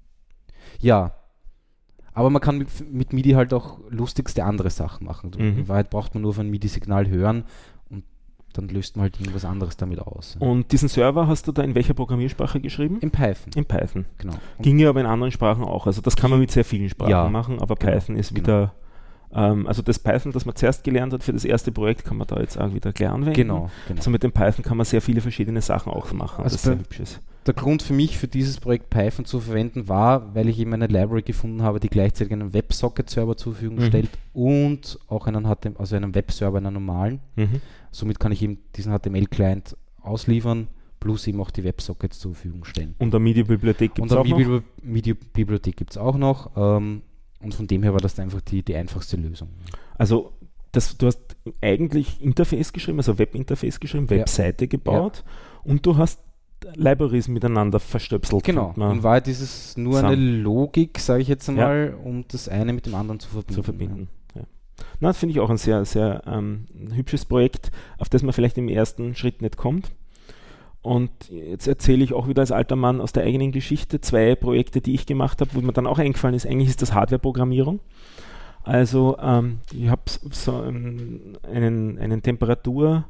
Speaker 2: Ja. Aber man kann mit MIDI halt auch lustigste andere Sachen machen.
Speaker 1: Mhm.
Speaker 2: In Wahrheit braucht man nur auf ein MIDI-Signal hören und dann löst man halt irgendwas anderes damit aus.
Speaker 1: Und diesen Server hast du da in welcher Programmiersprache geschrieben?
Speaker 2: In Python.
Speaker 1: In Python.
Speaker 2: Genau. Und
Speaker 1: Ging ja aber in anderen Sprachen auch. Also das kann man mit sehr vielen Sprachen
Speaker 2: Ja,
Speaker 1: machen, aber
Speaker 2: genau,
Speaker 1: Python ist
Speaker 2: genau.
Speaker 1: wieder, also das Python, das man zuerst gelernt hat für das erste Projekt, kann man da jetzt auch wieder gleich anwenden.
Speaker 2: Genau.
Speaker 1: Also mit dem Python kann man sehr viele verschiedene Sachen auch machen,
Speaker 2: Also
Speaker 1: was sehr hübsch ist.
Speaker 2: Der Grund für mich, für dieses Projekt Python zu verwenden, war, weil ich eben eine Library gefunden habe, die gleichzeitig einen WebSocket-Server zur Verfügung stellt und auch einen Webserver, einen normalen.
Speaker 1: Mhm.
Speaker 2: Somit kann ich eben diesen HTML-Client ausliefern, plus eben auch die WebSockets zur Verfügung stellen.
Speaker 1: Und eine MIDI-Bibliothek gibt
Speaker 2: Und
Speaker 1: es auch
Speaker 2: eine
Speaker 1: noch?
Speaker 2: MIDI-Bibliothek gibt es auch noch. Und von dem her war das einfach die einfachste Lösung.
Speaker 1: Also du hast eigentlich Interface geschrieben, also Webinterface geschrieben,
Speaker 2: Ja.
Speaker 1: Webseite gebaut und du hast Libraries miteinander verstöpselt.
Speaker 2: Genau.
Speaker 1: könnte man
Speaker 2: In Wahrheit ist es nur
Speaker 1: zusammen.
Speaker 2: eine Logik, sage ich jetzt einmal, um das eine mit dem anderen zu verbinden.
Speaker 1: zu verbinden. Ja. Na, das finde ich auch ein sehr, sehr hübsches Projekt, auf das man vielleicht im ersten Schritt nicht kommt. Und jetzt erzähle ich auch wieder als alter Mann aus der eigenen Geschichte 2 Projekte, die ich gemacht habe, wo mir dann auch eingefallen ist, eigentlich ist das Hardware-Programmierung. Also ich habe so einen Temperatur,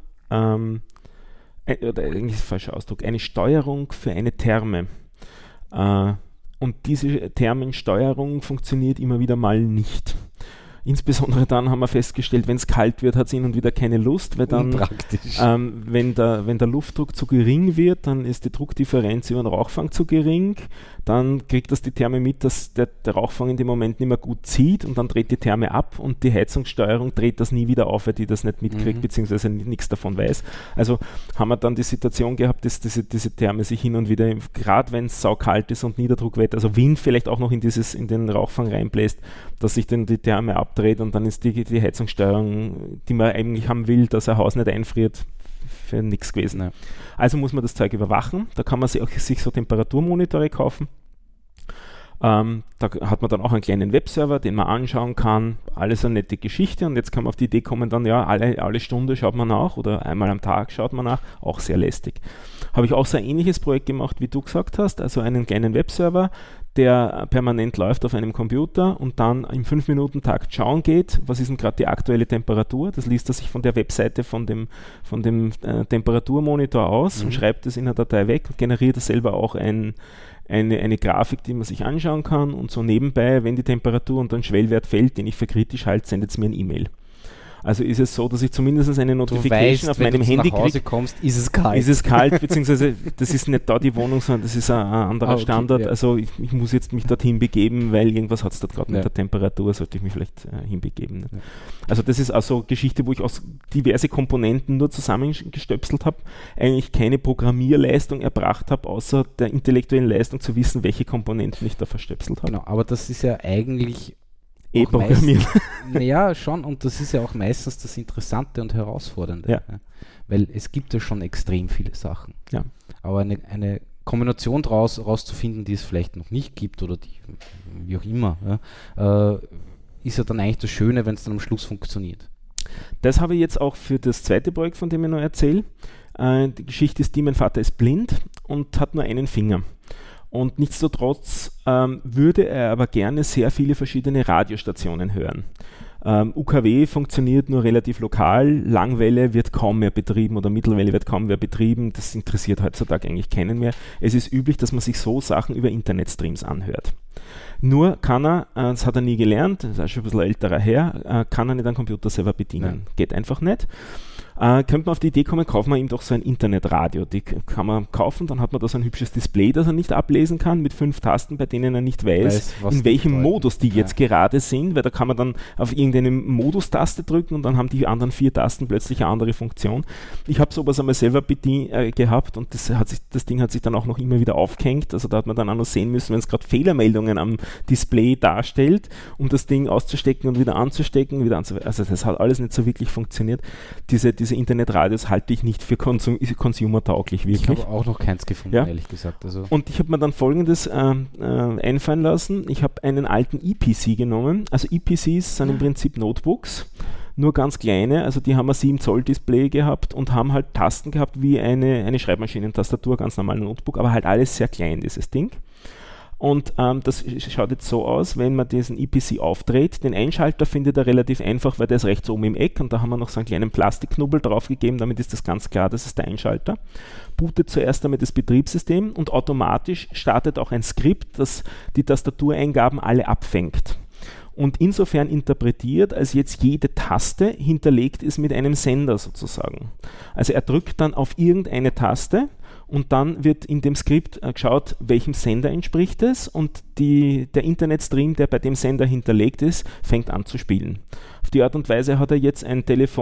Speaker 1: oder eigentlich ist der falsche Ausdruck, eine Steuerung für eine Therme. Und diese Thermensteuerung funktioniert immer wieder mal nicht. Insbesondere dann haben wir festgestellt, wenn es kalt wird, hat es hin und wieder keine Lust, weil dann,
Speaker 2: Unpraktisch.
Speaker 1: wenn der Luftdruck zu gering wird, dann ist die Druckdifferenz über den Rauchfang zu gering, dann kriegt das die Therme mit, dass der Rauchfang in dem Moment nicht mehr gut zieht und dann dreht die Therme ab und die Heizungssteuerung dreht das nie wieder auf, weil die das nicht mitkriegt, beziehungsweise nichts davon weiß. Also haben wir dann die Situation gehabt, dass diese Therme sich hin und wieder, gerade wenn es saukalt ist und Niederdruckwetter, also Wind vielleicht auch noch in den Rauchfang reinbläst, dass sich dann die Therme abdreht und dann ist die Heizungssteuerung, die man eigentlich haben will, dass ein Haus nicht einfriert, für nichts gewesen.
Speaker 2: Ja.
Speaker 1: Also muss man das Zeug überwachen. Da kann man sich so Temperaturmonitore kaufen. Da hat man dann auch einen kleinen Webserver, den man anschauen kann. Alles eine nette Geschichte. Und jetzt kann man auf die Idee kommen, dann ja, alle Stunde schaut man nach oder einmal am Tag schaut man nach. Auch sehr lästig. Habe ich auch so ein ähnliches Projekt gemacht, wie du gesagt hast. Also einen kleinen Webserver, der permanent läuft auf einem Computer und dann im 5-Minuten-Takt schauen geht, was ist denn gerade die aktuelle Temperatur. Das liest er sich von der Webseite von dem Temperaturmonitor aus und schreibt es in einer Datei weg und generiert er selber auch eine Grafik, die man sich anschauen kann und so nebenbei, wenn die Temperatur unter einen Schwellwert fällt, den ich für kritisch halte, sendet es mir ein E-Mail. Also ist es so, dass ich zumindest eine Notification
Speaker 2: du weißt,
Speaker 1: auf meinem Handy
Speaker 2: kriege. Wenn du nach Hause kommst, ist es kalt.
Speaker 1: Beziehungsweise das ist nicht da die Wohnung, sondern das ist ein anderer Standort. Ja. Also ich muss jetzt mich dorthin begeben, weil irgendwas hat es dort gerade mit der Temperatur, sollte ich mich vielleicht hinbegeben. Ne? Ja. Also das ist also eine Geschichte, wo ich aus diverse Komponenten nur zusammengestöpselt habe, eigentlich keine Programmierleistung erbracht habe, außer der intellektuellen Leistung zu wissen, welche Komponenten ich da verstöpselt habe.
Speaker 2: Genau, aber das ist ja eigentlich
Speaker 1: programmieren.
Speaker 2: Naja, schon, und das ist ja auch meistens das Interessante und Herausfordernde.
Speaker 1: Ja.
Speaker 2: Weil es gibt ja schon extrem viele Sachen.
Speaker 1: Ja.
Speaker 2: Aber eine Kombination rauszufinden, die es vielleicht noch nicht gibt oder die, wie auch immer, ist ja dann eigentlich das Schöne, wenn es dann am Schluss funktioniert.
Speaker 1: Das habe ich jetzt auch für das zweite Projekt, von dem ich noch erzähle. Die Geschichte ist die, mein Vater ist blind und hat nur einen Finger. Und nichtsdestotrotz würde er aber gerne sehr viele verschiedene Radiostationen hören. UKW funktioniert nur relativ lokal, Langwelle wird kaum mehr betrieben oder Mittelwelle wird kaum mehr betrieben, das interessiert heutzutage eigentlich keinen mehr. Es ist üblich, dass man sich so Sachen über Internetstreams anhört. Nur kann er, das hat er nie gelernt, das ist auch schon ein bisschen älterer Herr, kann er nicht einen Computer selber bedienen. Ja. Geht einfach nicht. Könnte man auf die Idee kommen, kaufen wir ihm doch so ein Internetradio. Die kann man kaufen, dann hat man da so ein hübsches Display, das er nicht ablesen kann, mit 5 Tasten, bei denen er nicht weiß in welchem Modus die jetzt gerade sind, weil da kann man dann auf irgendeine Modus-Taste drücken und dann haben die anderen 4 Tasten plötzlich eine andere Funktion. Ich habe sowas einmal selber gehabt und das Ding hat sich dann auch noch immer wieder aufgehängt, also da hat man dann auch noch sehen müssen, wenn es gerade Fehlermeldungen am Display darstellt, um das Ding auszustecken und wieder anzustecken, also das hat alles nicht so wirklich funktioniert. Diese Internetradios halte ich nicht für consumertauglich wirklich.
Speaker 2: Ich habe auch noch keins gefunden, ehrlich gesagt. Also
Speaker 1: und ich habe mir dann Folgendes einfallen lassen. Ich habe einen alten EPC genommen. Also EPCs sind im Prinzip Notebooks, nur ganz kleine. Also die haben ein 7 Zoll Display gehabt und haben halt Tasten gehabt wie eine Schreibmaschinentastatur, ganz normal Notebook, aber halt alles sehr klein, dieses Ding. Und das schaut jetzt so aus, wenn man diesen EPC aufdreht, den Einschalter findet er relativ einfach, weil der ist rechts oben im Eck und da haben wir noch so einen kleinen Plastikknubbel draufgegeben, damit ist das ganz klar, das ist der Einschalter. Bootet zuerst einmal das Betriebssystem und automatisch startet auch ein Skript, das die Tastatureingaben alle abfängt. Und insofern interpretiert, als jetzt jede Taste hinterlegt ist mit einem Sender sozusagen. Also er drückt dann auf irgendeine Taste und dann wird in dem Skript geschaut, welchem Sender entspricht es und der Internetstream, der bei dem Sender hinterlegt ist, fängt an zu spielen. Auf die Art und Weise hat er jetzt ein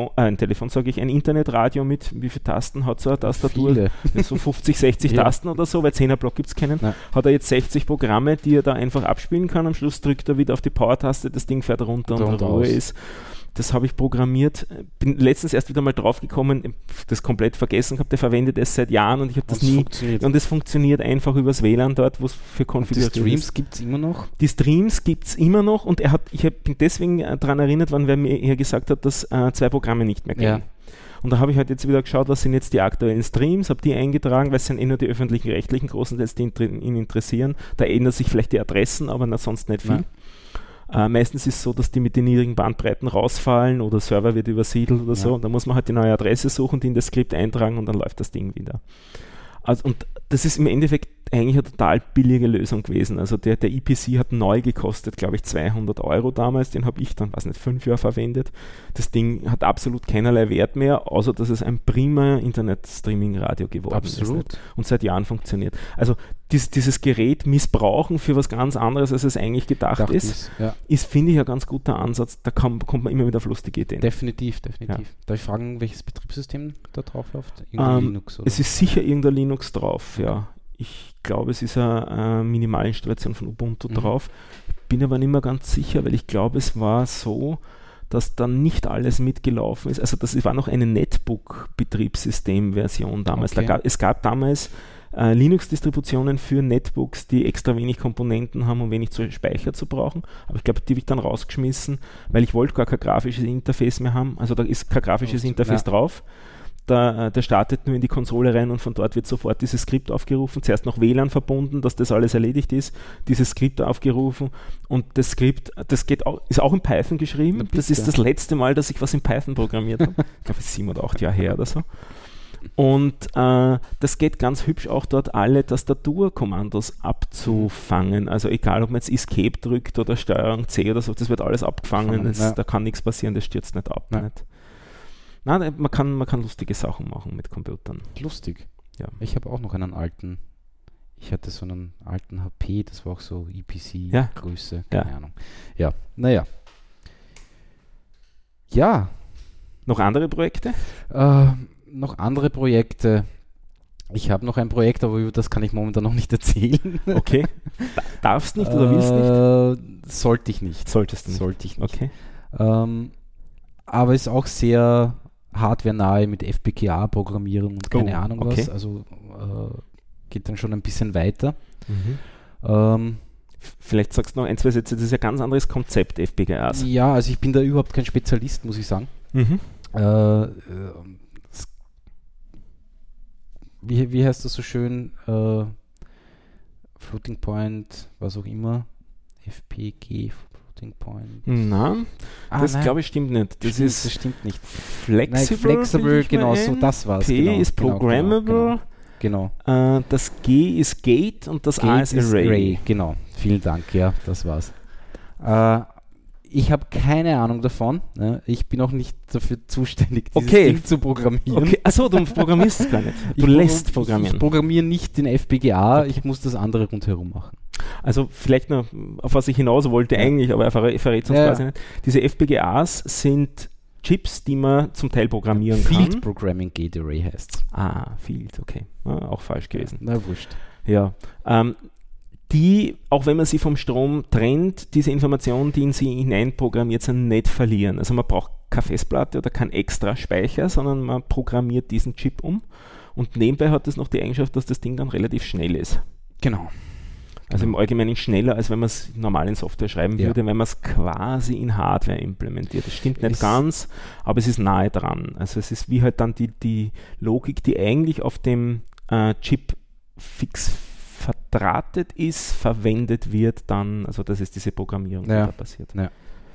Speaker 1: Internetradio mit, wie viele Tasten hat so eine Tastatur?
Speaker 2: Viele.
Speaker 1: So 50, 60 Tasten oder so, weil 10er-Block gibt es keinen. Ja. Hat er jetzt 60 Programme, die er da einfach abspielen kann. Am Schluss drückt er wieder auf die Power-Taste, das Ding fährt runter und Ruhe ist. Das habe ich programmiert, bin letztens erst wieder mal drauf gekommen, das komplett vergessen gehabt, der verwendet es seit Jahren und ich habe das nie. Und es funktioniert einfach übers WLAN dort, wo es für Konfiguration ist.
Speaker 2: Die Streams gibt es immer noch?
Speaker 1: Die Streams gibt es immer noch und ich bin deswegen daran erinnert worden, weil mir hier gesagt hat, dass 2 Programme nicht mehr gehen. Ja. Und da habe ich halt jetzt wieder geschaut, was sind jetzt die aktuellen Streams, habe die eingetragen, weil es sind nur die öffentlichen rechtlichen großenteils, die ihn interessieren. Da ändern sich vielleicht die Adressen, aber sonst nicht viel. Ja. Meistens ist es so, dass die mit den niedrigen Bandbreiten rausfallen oder der Server wird übersiedelt oder so. Und da muss man halt die neue Adresse suchen, die in das Skript eintragen und dann läuft das Ding wieder. Also, und das ist im Endeffekt eigentlich eine total billige Lösung gewesen. Also der EPC hat neu gekostet, glaube ich, 200 € damals. Den habe ich dann, 5 Jahre verwendet. Das Ding hat absolut keinerlei Wert mehr, außer dass es ein prima Internet-Streaming-Radio geworden ist. Und seit Jahren funktioniert. Also dieses Gerät missbrauchen für was ganz anderes, als es eigentlich gedacht ist, finde ich, ein ganz guter Ansatz. Da kommt man immer wieder auf lustige Ideen.
Speaker 2: Definitiv. Ja. Darf ich fragen, welches Betriebssystem da drauf läuft? Linux? Oder?
Speaker 1: Es ist sicher irgendein Linux drauf, ja. Ich glaube, es ist eine Minimalinstallation von Ubuntu drauf. Bin aber nicht mehr ganz sicher, weil ich glaube, es war so, dass dann nicht alles mitgelaufen ist. Also das war noch eine Netbook-Betriebssystem-Version damals.
Speaker 2: Okay.
Speaker 1: Es gab damals Linux-Distributionen für Netbooks, die extra wenig Komponenten haben, um wenig Speicher zu brauchen. Aber ich glaube, die habe ich dann rausgeschmissen, weil ich wollte gar kein grafisches Interface mehr haben. Also da ist kein grafisches Interface drauf. Der startet nur in die Konsole rein und von dort wird sofort dieses Skript aufgerufen. Zuerst noch WLAN verbunden, dass das alles erledigt ist. Dieses Skript aufgerufen und das Skript, ist auch in Python geschrieben. Das ist das letzte Mal, dass ich was in Python programmiert habe. Ich glaube, es ist 7 oder 8 Jahre her oder so. Und das geht ganz hübsch auch dort alle Tastaturkommandos abzufangen. Also egal, ob man jetzt Escape drückt oder Steuerung C oder so, das wird alles abgefangen. Da kann nichts passieren, das stürzt nicht ab. Nicht? Nein, man kann lustige Sachen machen mit Computern.
Speaker 2: Lustig.
Speaker 1: Ja.
Speaker 2: Ich habe auch noch ich hatte so einen alten HP, das war auch so EPC-Größe, keine Ahnung. Ja, naja. Ja.
Speaker 1: Noch andere Projekte?
Speaker 2: Noch andere Projekte. Ich habe noch ein Projekt, aber über das kann ich momentan noch nicht erzählen.
Speaker 1: Okay. Darfst nicht oder willst nicht?
Speaker 2: Sollte ich nicht.
Speaker 1: Solltest du nicht?
Speaker 2: Sollte ich nicht.
Speaker 1: Okay.
Speaker 2: Aber ist auch sehr hardwarenahe mit FPGA-Programmierung und keine Ahnung was. Also geht dann schon ein bisschen weiter.
Speaker 1: Vielleicht sagst du noch ein, zwei Sätze, das ist ein ganz anderes Konzept, FPGAs.
Speaker 2: Ja, also ich bin da überhaupt kein Spezialist, muss ich sagen. Wie heißt das so schön? Floating Point, was auch immer. FPG, Floating Point.
Speaker 1: Nein, das glaube ich stimmt nicht. Das
Speaker 2: stimmt nicht.
Speaker 1: Flexible,
Speaker 2: genau, so das war's.
Speaker 1: P
Speaker 2: genau,
Speaker 1: ist Programmable.
Speaker 2: Genau.
Speaker 1: Das G ist Gate und das A ist Array.
Speaker 2: Genau, vielen Dank, ja, das war's. Ich habe keine Ahnung davon. Ne? Ich bin auch nicht dafür zuständig, dieses Ding zu programmieren.
Speaker 1: Okay. Achso, du programmierst es gar nicht. Du lässt programmieren.
Speaker 2: Ich programmiere nicht den FPGA, ich muss das andere rundherum machen.
Speaker 1: Also vielleicht noch, auf was ich hinaus wollte eigentlich, aber er verrät uns quasi nicht. Diese FPGAs sind Chips, die man zum Teil programmieren kann.
Speaker 2: Field Programming Gate Array heißt es.
Speaker 1: Field, okay. Auch falsch gewesen.
Speaker 2: Na, wurscht.
Speaker 1: Ja. Die, auch wenn man sie vom Strom trennt, diese Informationen, die in sie hineinprogrammiert sind, nicht verlieren. Also man braucht keine Festplatte oder keinen extra Speicher, sondern man programmiert diesen Chip um. Und nebenbei hat es noch die Eigenschaft, dass das Ding dann relativ schnell ist.
Speaker 2: Genau.
Speaker 1: Also im Allgemeinen schneller, als wenn man es normal in Software schreiben würde, wenn man es quasi in Hardware implementiert. Das stimmt nicht ganz, aber es ist nahe dran. Also es ist wie halt dann die Logik, die eigentlich auf dem Chip fix verdrahtet ist, verwendet wird dann, also das ist diese Programmierung, die da passiert.
Speaker 2: Ja.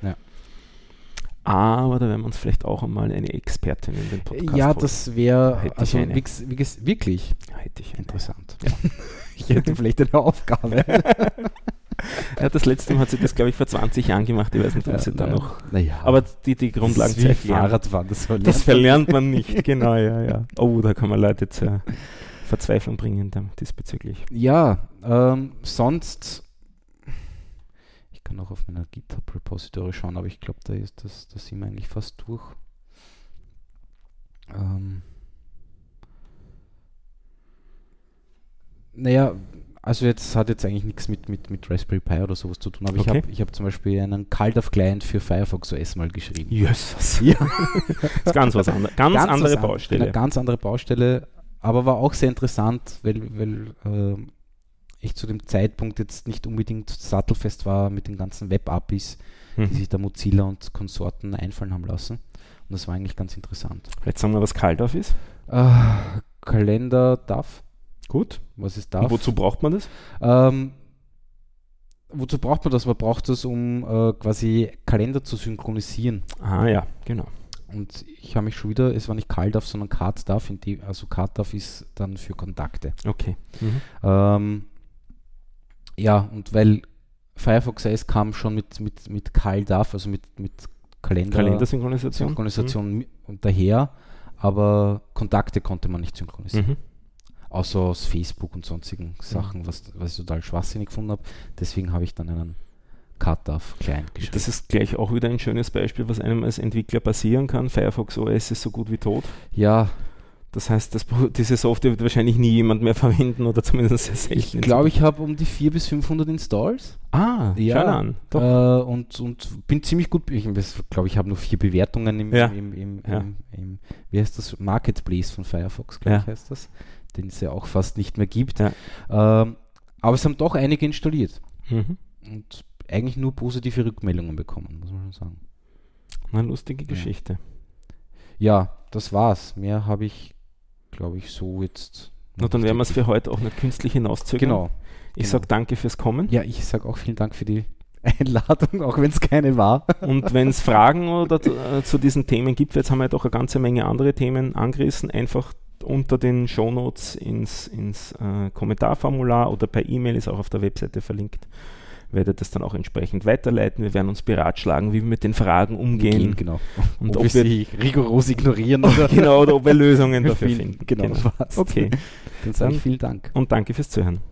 Speaker 1: Aber da werden wir uns vielleicht auch einmal eine Expertin in den Podcast
Speaker 2: holen.
Speaker 1: Das
Speaker 2: wäre, also wirklich
Speaker 1: hätte ich
Speaker 2: interessant. Ja. Ich hätte vielleicht eine Aufgabe.
Speaker 1: Das letzte Mal hat sie das, glaube ich, vor 20 Jahren gemacht. Ich weiß nicht, ob sie da noch... Aber die Grundlagen
Speaker 2: zu erklären. Fahrradfahren,
Speaker 1: das verlernt man nicht. Genau, ja. Oh, da kann man Leute zur Verzweiflung bringen diesbezüglich.
Speaker 2: Ja, sonst... Ich kann auch auf meiner GitHub-Repository schauen, aber ich glaube, da sind wir eigentlich fast durch. Also hat jetzt eigentlich nichts mit Raspberry Pi oder sowas zu tun, aber ich habe zum Beispiel einen CalDAV-Client für Firefox OS mal geschrieben.
Speaker 1: Jesus. Ja. Das ist ganz was anderes. Ganz andere Baustelle.
Speaker 2: Eine ganz andere Baustelle, aber war auch sehr interessant, weil ich zu dem Zeitpunkt jetzt nicht unbedingt sattelfest war mit den ganzen Web-APIs, die sich da Mozilla und Konsorten einfallen haben lassen. Und das war eigentlich ganz interessant.
Speaker 1: Jetzt sagen wir, was CalDAV ist.
Speaker 2: Kalender DAV.
Speaker 1: Gut.
Speaker 2: Was ist DAV?
Speaker 1: Und wozu braucht man das?
Speaker 2: Wozu braucht man das? Man braucht das, um quasi Kalender zu synchronisieren.
Speaker 1: Ja, genau.
Speaker 2: Und ich habe mich schon wieder, es war nicht CalDAV, sondern CardDAV. Also CardDAV ist dann für Kontakte.
Speaker 1: Okay.
Speaker 2: Ja, und weil Firefox OS kam schon mit CalDAV, also mit Kalendersynchronisation und daher, aber Kontakte konnte man nicht synchronisieren. Außer aus Facebook und sonstigen Sachen, was ich total schwachsinnig gefunden habe. Deswegen habe ich dann einen CardDAV-Client geschrieben.
Speaker 1: Das ist gleich auch wieder ein schönes Beispiel, was einem als Entwickler passieren kann. Firefox OS ist so gut wie tot.
Speaker 2: Ja.
Speaker 1: Das heißt, diese Software wird wahrscheinlich nie jemand mehr verwenden oder zumindest sehr selten.
Speaker 2: Ich glaube, ich habe um die 400 bis 500 Installs.
Speaker 1: Ja, schau an.
Speaker 2: Doch. Und bin ziemlich gut. Ich glaube, ich habe nur 4 Bewertungen im wie heißt das? Marketplace von Firefox, glaube ich, heißt das. Den es ja auch fast nicht mehr gibt. Ja. Aber es haben doch einige installiert. Und eigentlich nur positive Rückmeldungen bekommen, muss man schon sagen.
Speaker 1: Eine lustige Geschichte.
Speaker 2: Ja, das war's. Mehr habe ich, glaube ich, so jetzt...
Speaker 1: Na, dann werden wir es für heute auch nicht künstlich hinauszögern.
Speaker 2: Genau.
Speaker 1: Ich sage danke fürs Kommen.
Speaker 2: Ja, ich sage auch vielen Dank für die Einladung, auch wenn es keine war.
Speaker 1: Und wenn es Fragen oder zu diesen Themen gibt, jetzt haben wir ja doch eine ganze Menge andere Themen angerissen, einfach unter den Shownotes ins Kommentarformular oder per E-Mail, ist auch auf der Webseite verlinkt. Werde das dann auch entsprechend weiterleiten. Wir werden uns beratschlagen, wie wir mit den Fragen umgehen.
Speaker 2: Genau.
Speaker 1: Und
Speaker 2: ob wir sie rigoros ignorieren
Speaker 1: oder ob wir Lösungen dafür finden.
Speaker 2: Genau.
Speaker 1: Okay.
Speaker 2: Dann sage ich vielen Dank.
Speaker 1: Und danke fürs Zuhören.